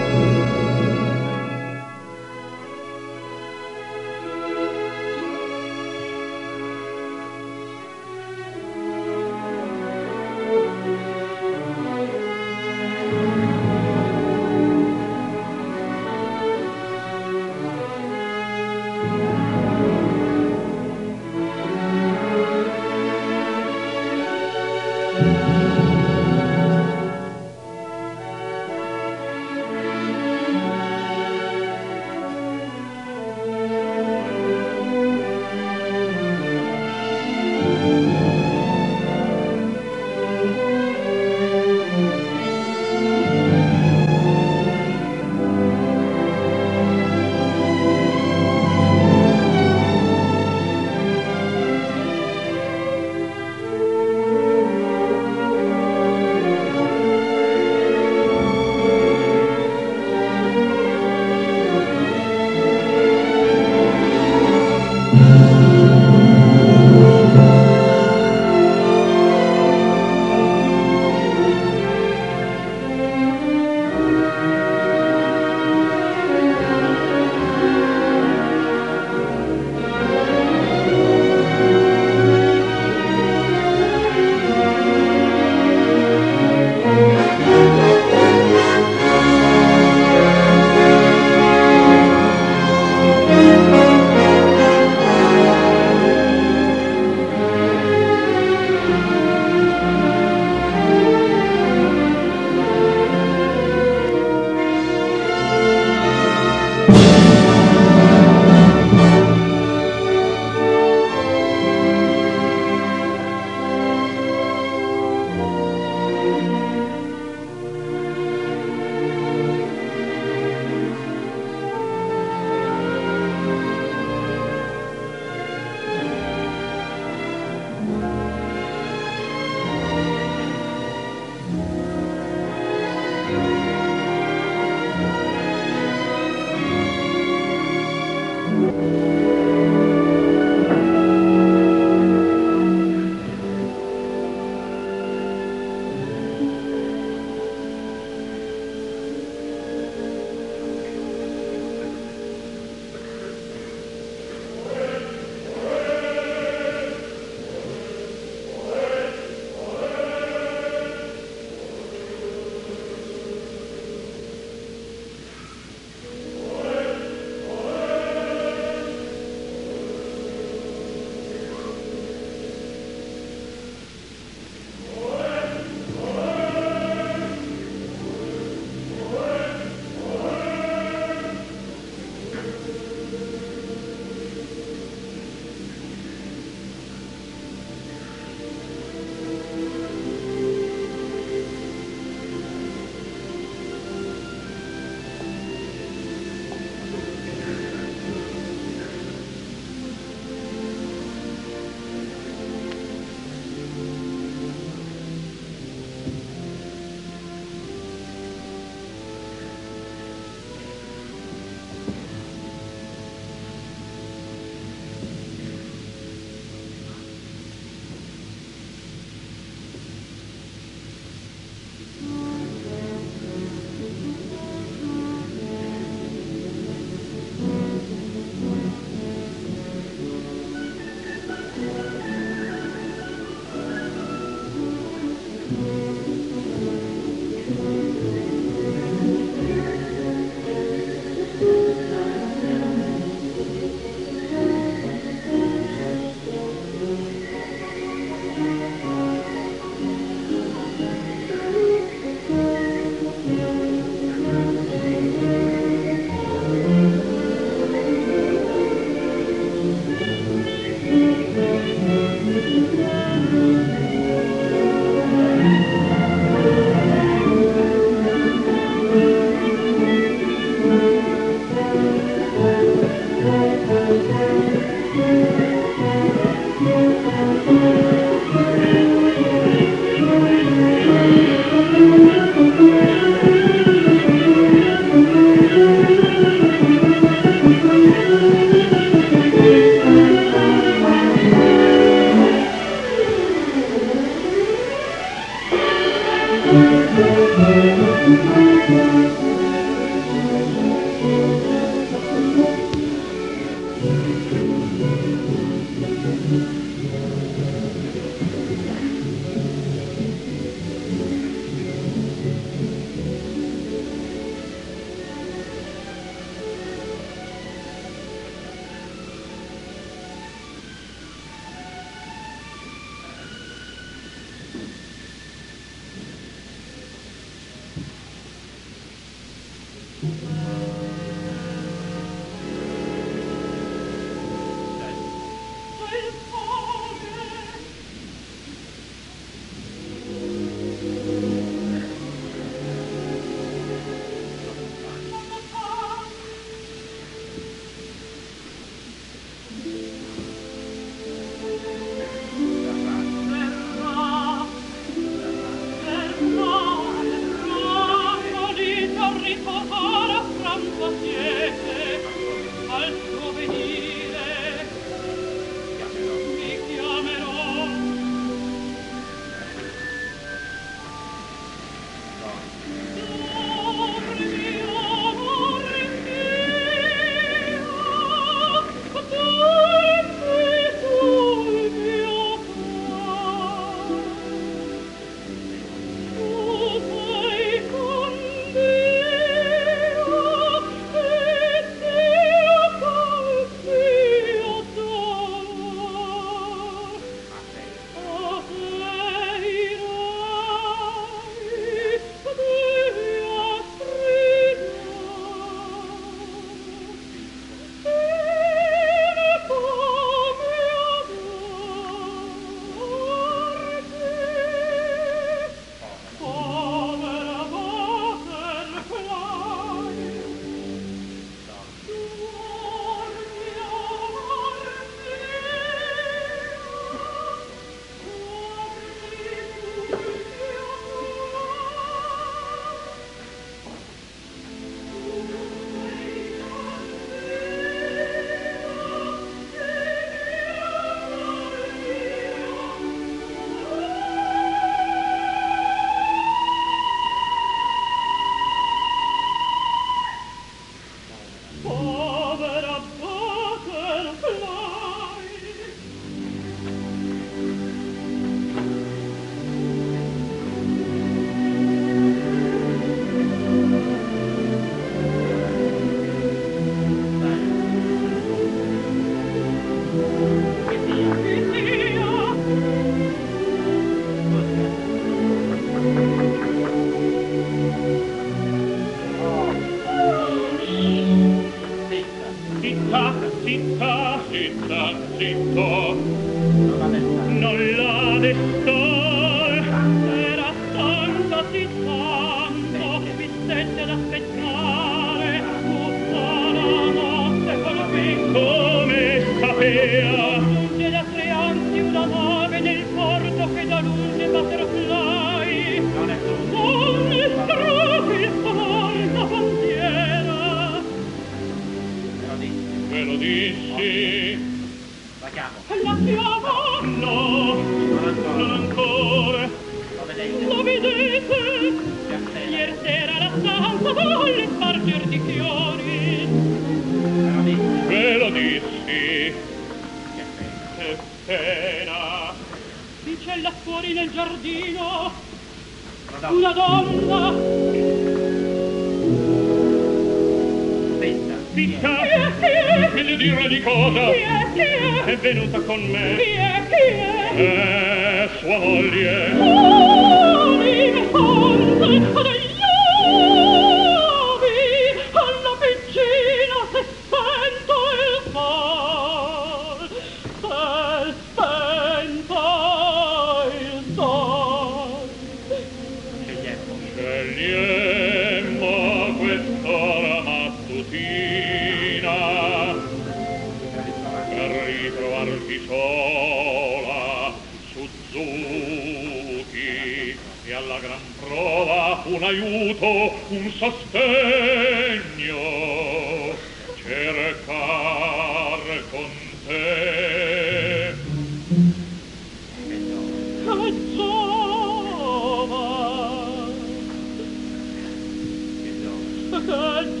del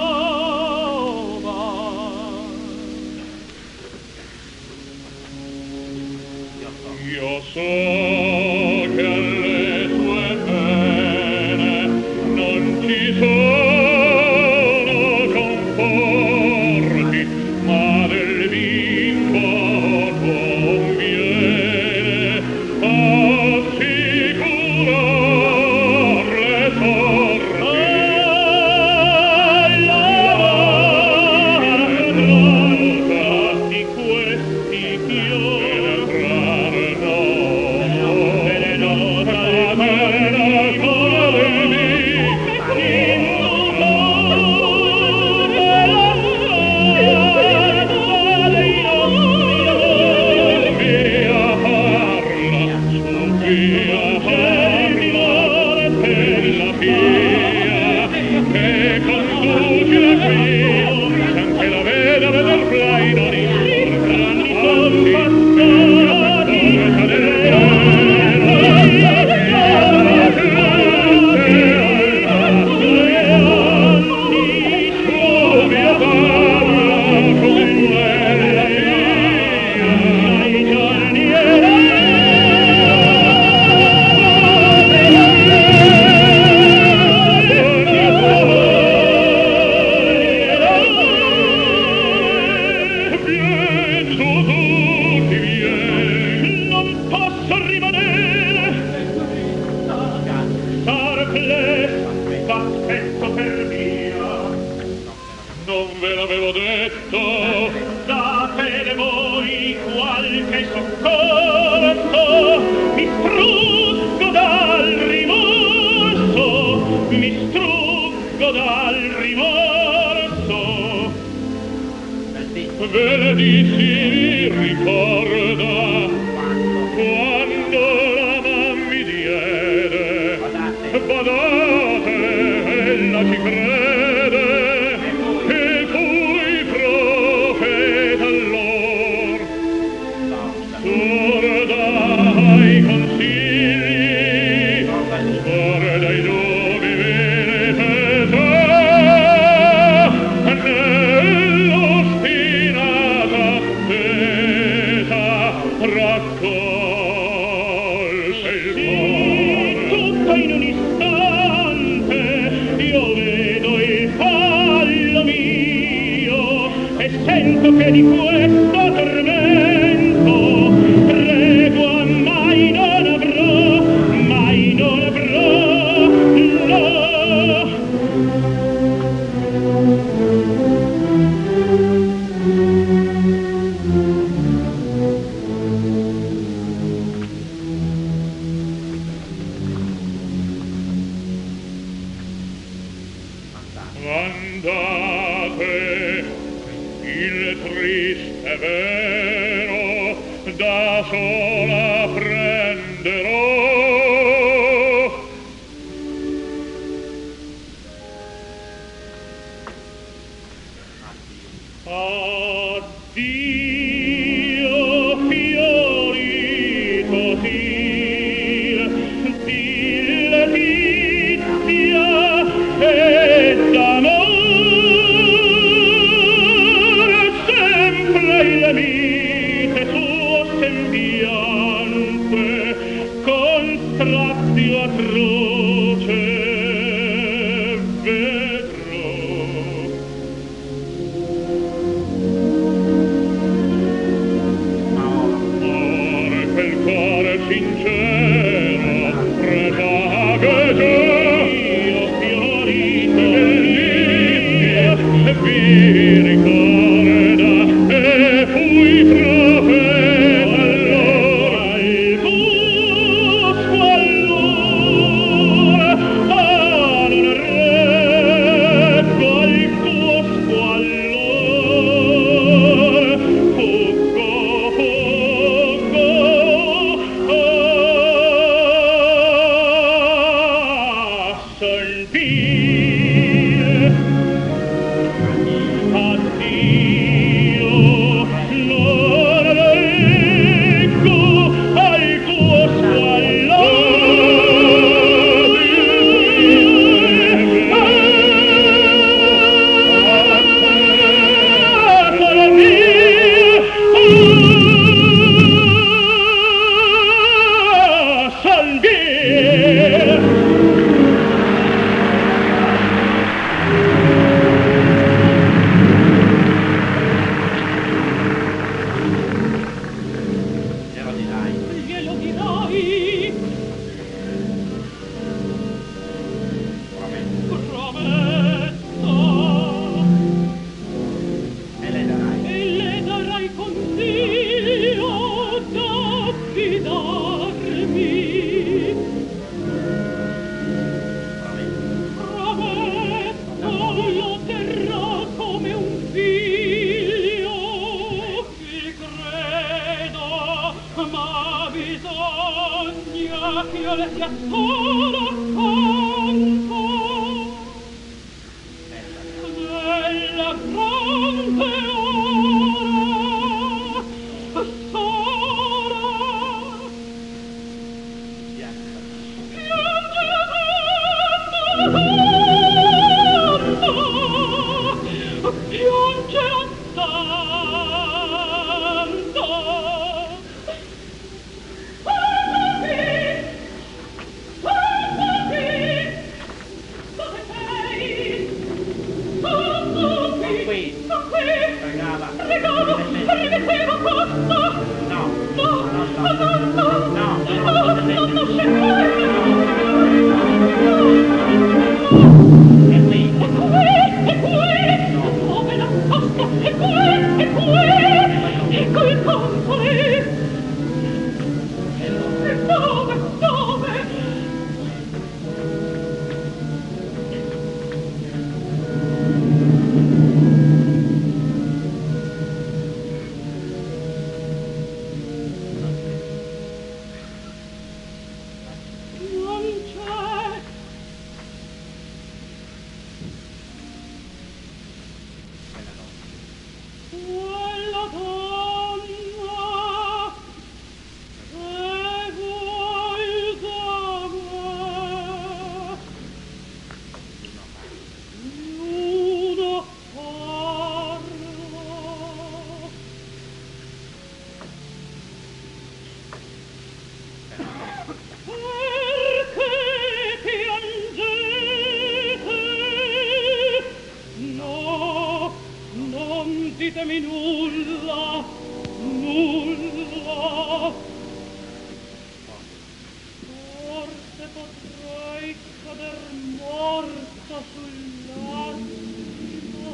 giovane. Io so che alle sue pene non ci sono conforti, ma del bimbo non viene a assicurar le sorti. Di questi fiori anche la vedova del fly non non posso rimanere. Sarcle, t'aspetto per via. Non ve l'avevo detto. Datele voi qualche soccorso. Mi struggo dal rimorso. Mi struggo dal rimorso. Ve le dissi, ricorda quando la mamma mi diede. Badate, ella ci crede, che fui profeta allor. Sorda ai consigli, sorda ai nuovi venetà, nell'ostinata attesa raccolse il cuore. Tutto in un istante io vedo il fallo mio e sento che di questo tormento tregua mai non avrò, mai non avrò, no. Andate, il triste vero da sola prenderò. Addio fiorito tir di letizia e d'amore, sempre il mite suo sembiante con strazio atroce vedrò. Quel cuore sincero presaga già io fiorito bellissimo vi ricorda e fui profeta allora il busco a lui che io le sia solo accanto della grande ora sola piangerà tanto ditemi nulla, nulla. Forse potrei cader morta sul letto.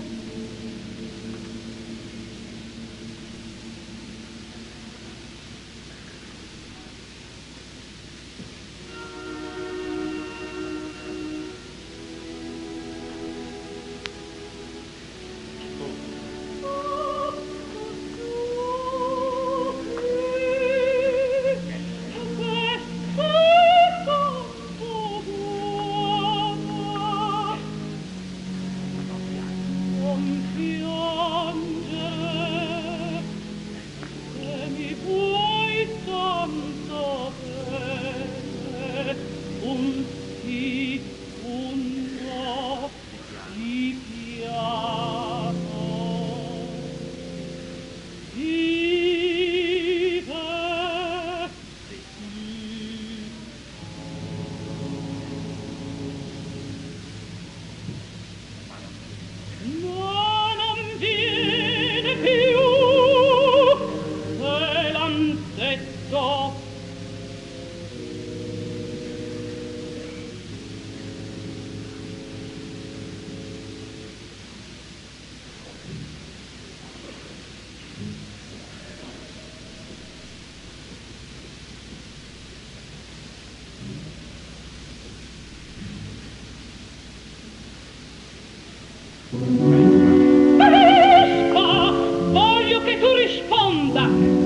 Voglio che tu risponda.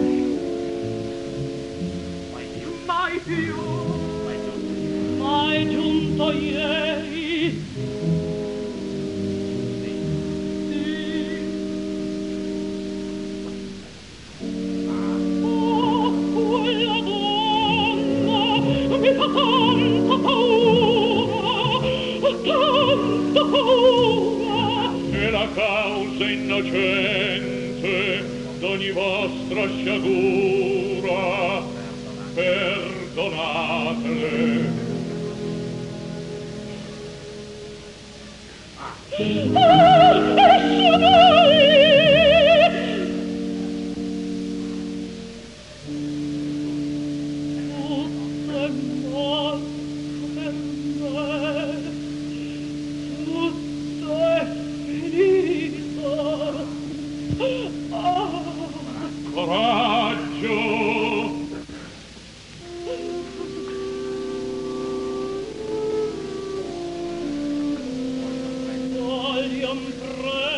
Mai più. Mai giunto ieri. Oh, quella donna mi fa tanta paura, tanta paura. E la causa innocente d'ogni vostra sciagura, perdonatele. Coraggio! Vogliam prendere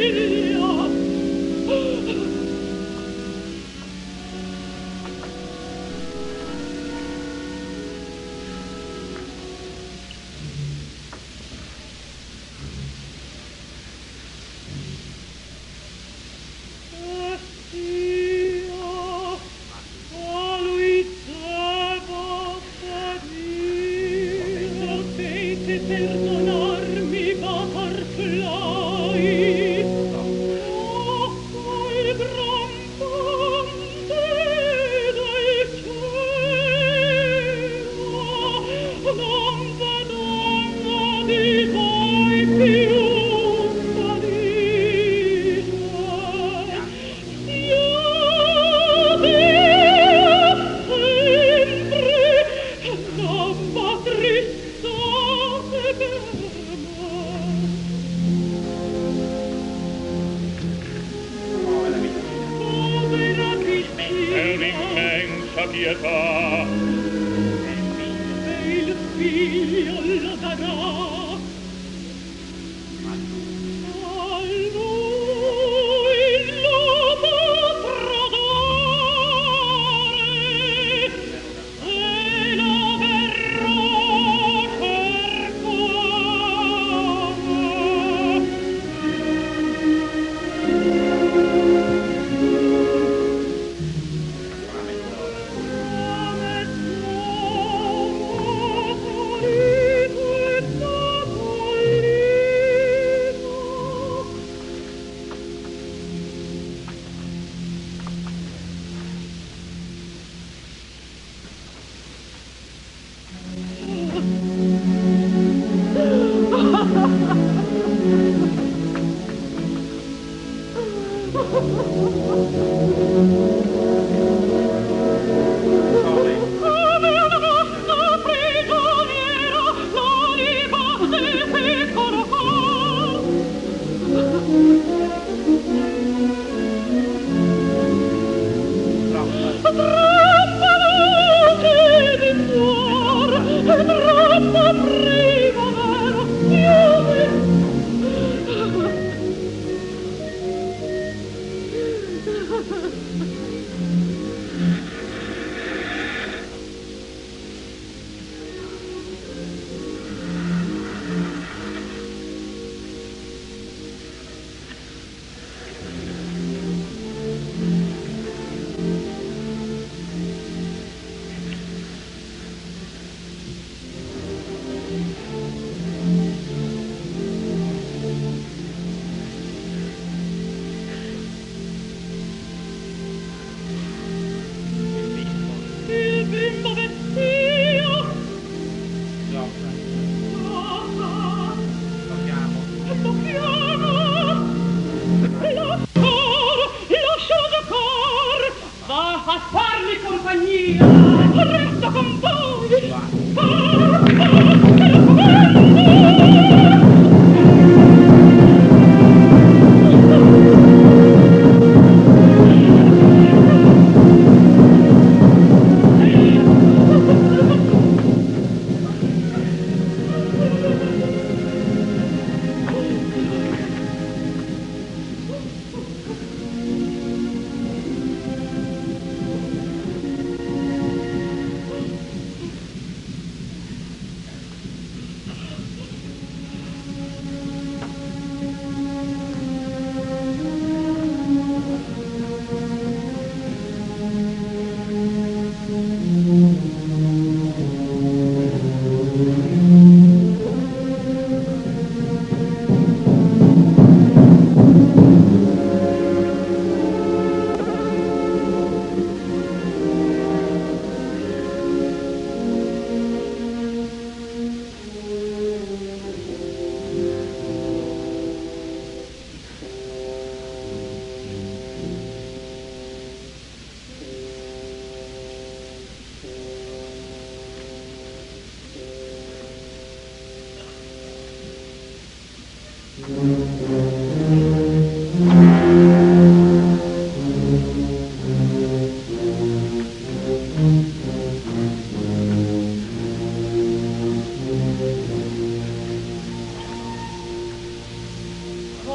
Con onore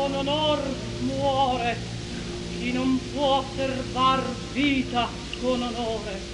amor muore, chi non può servar vita con onore.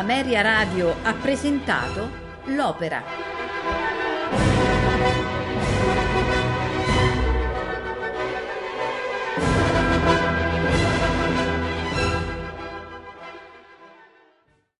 Ameria Radio ha presentato L'Opera.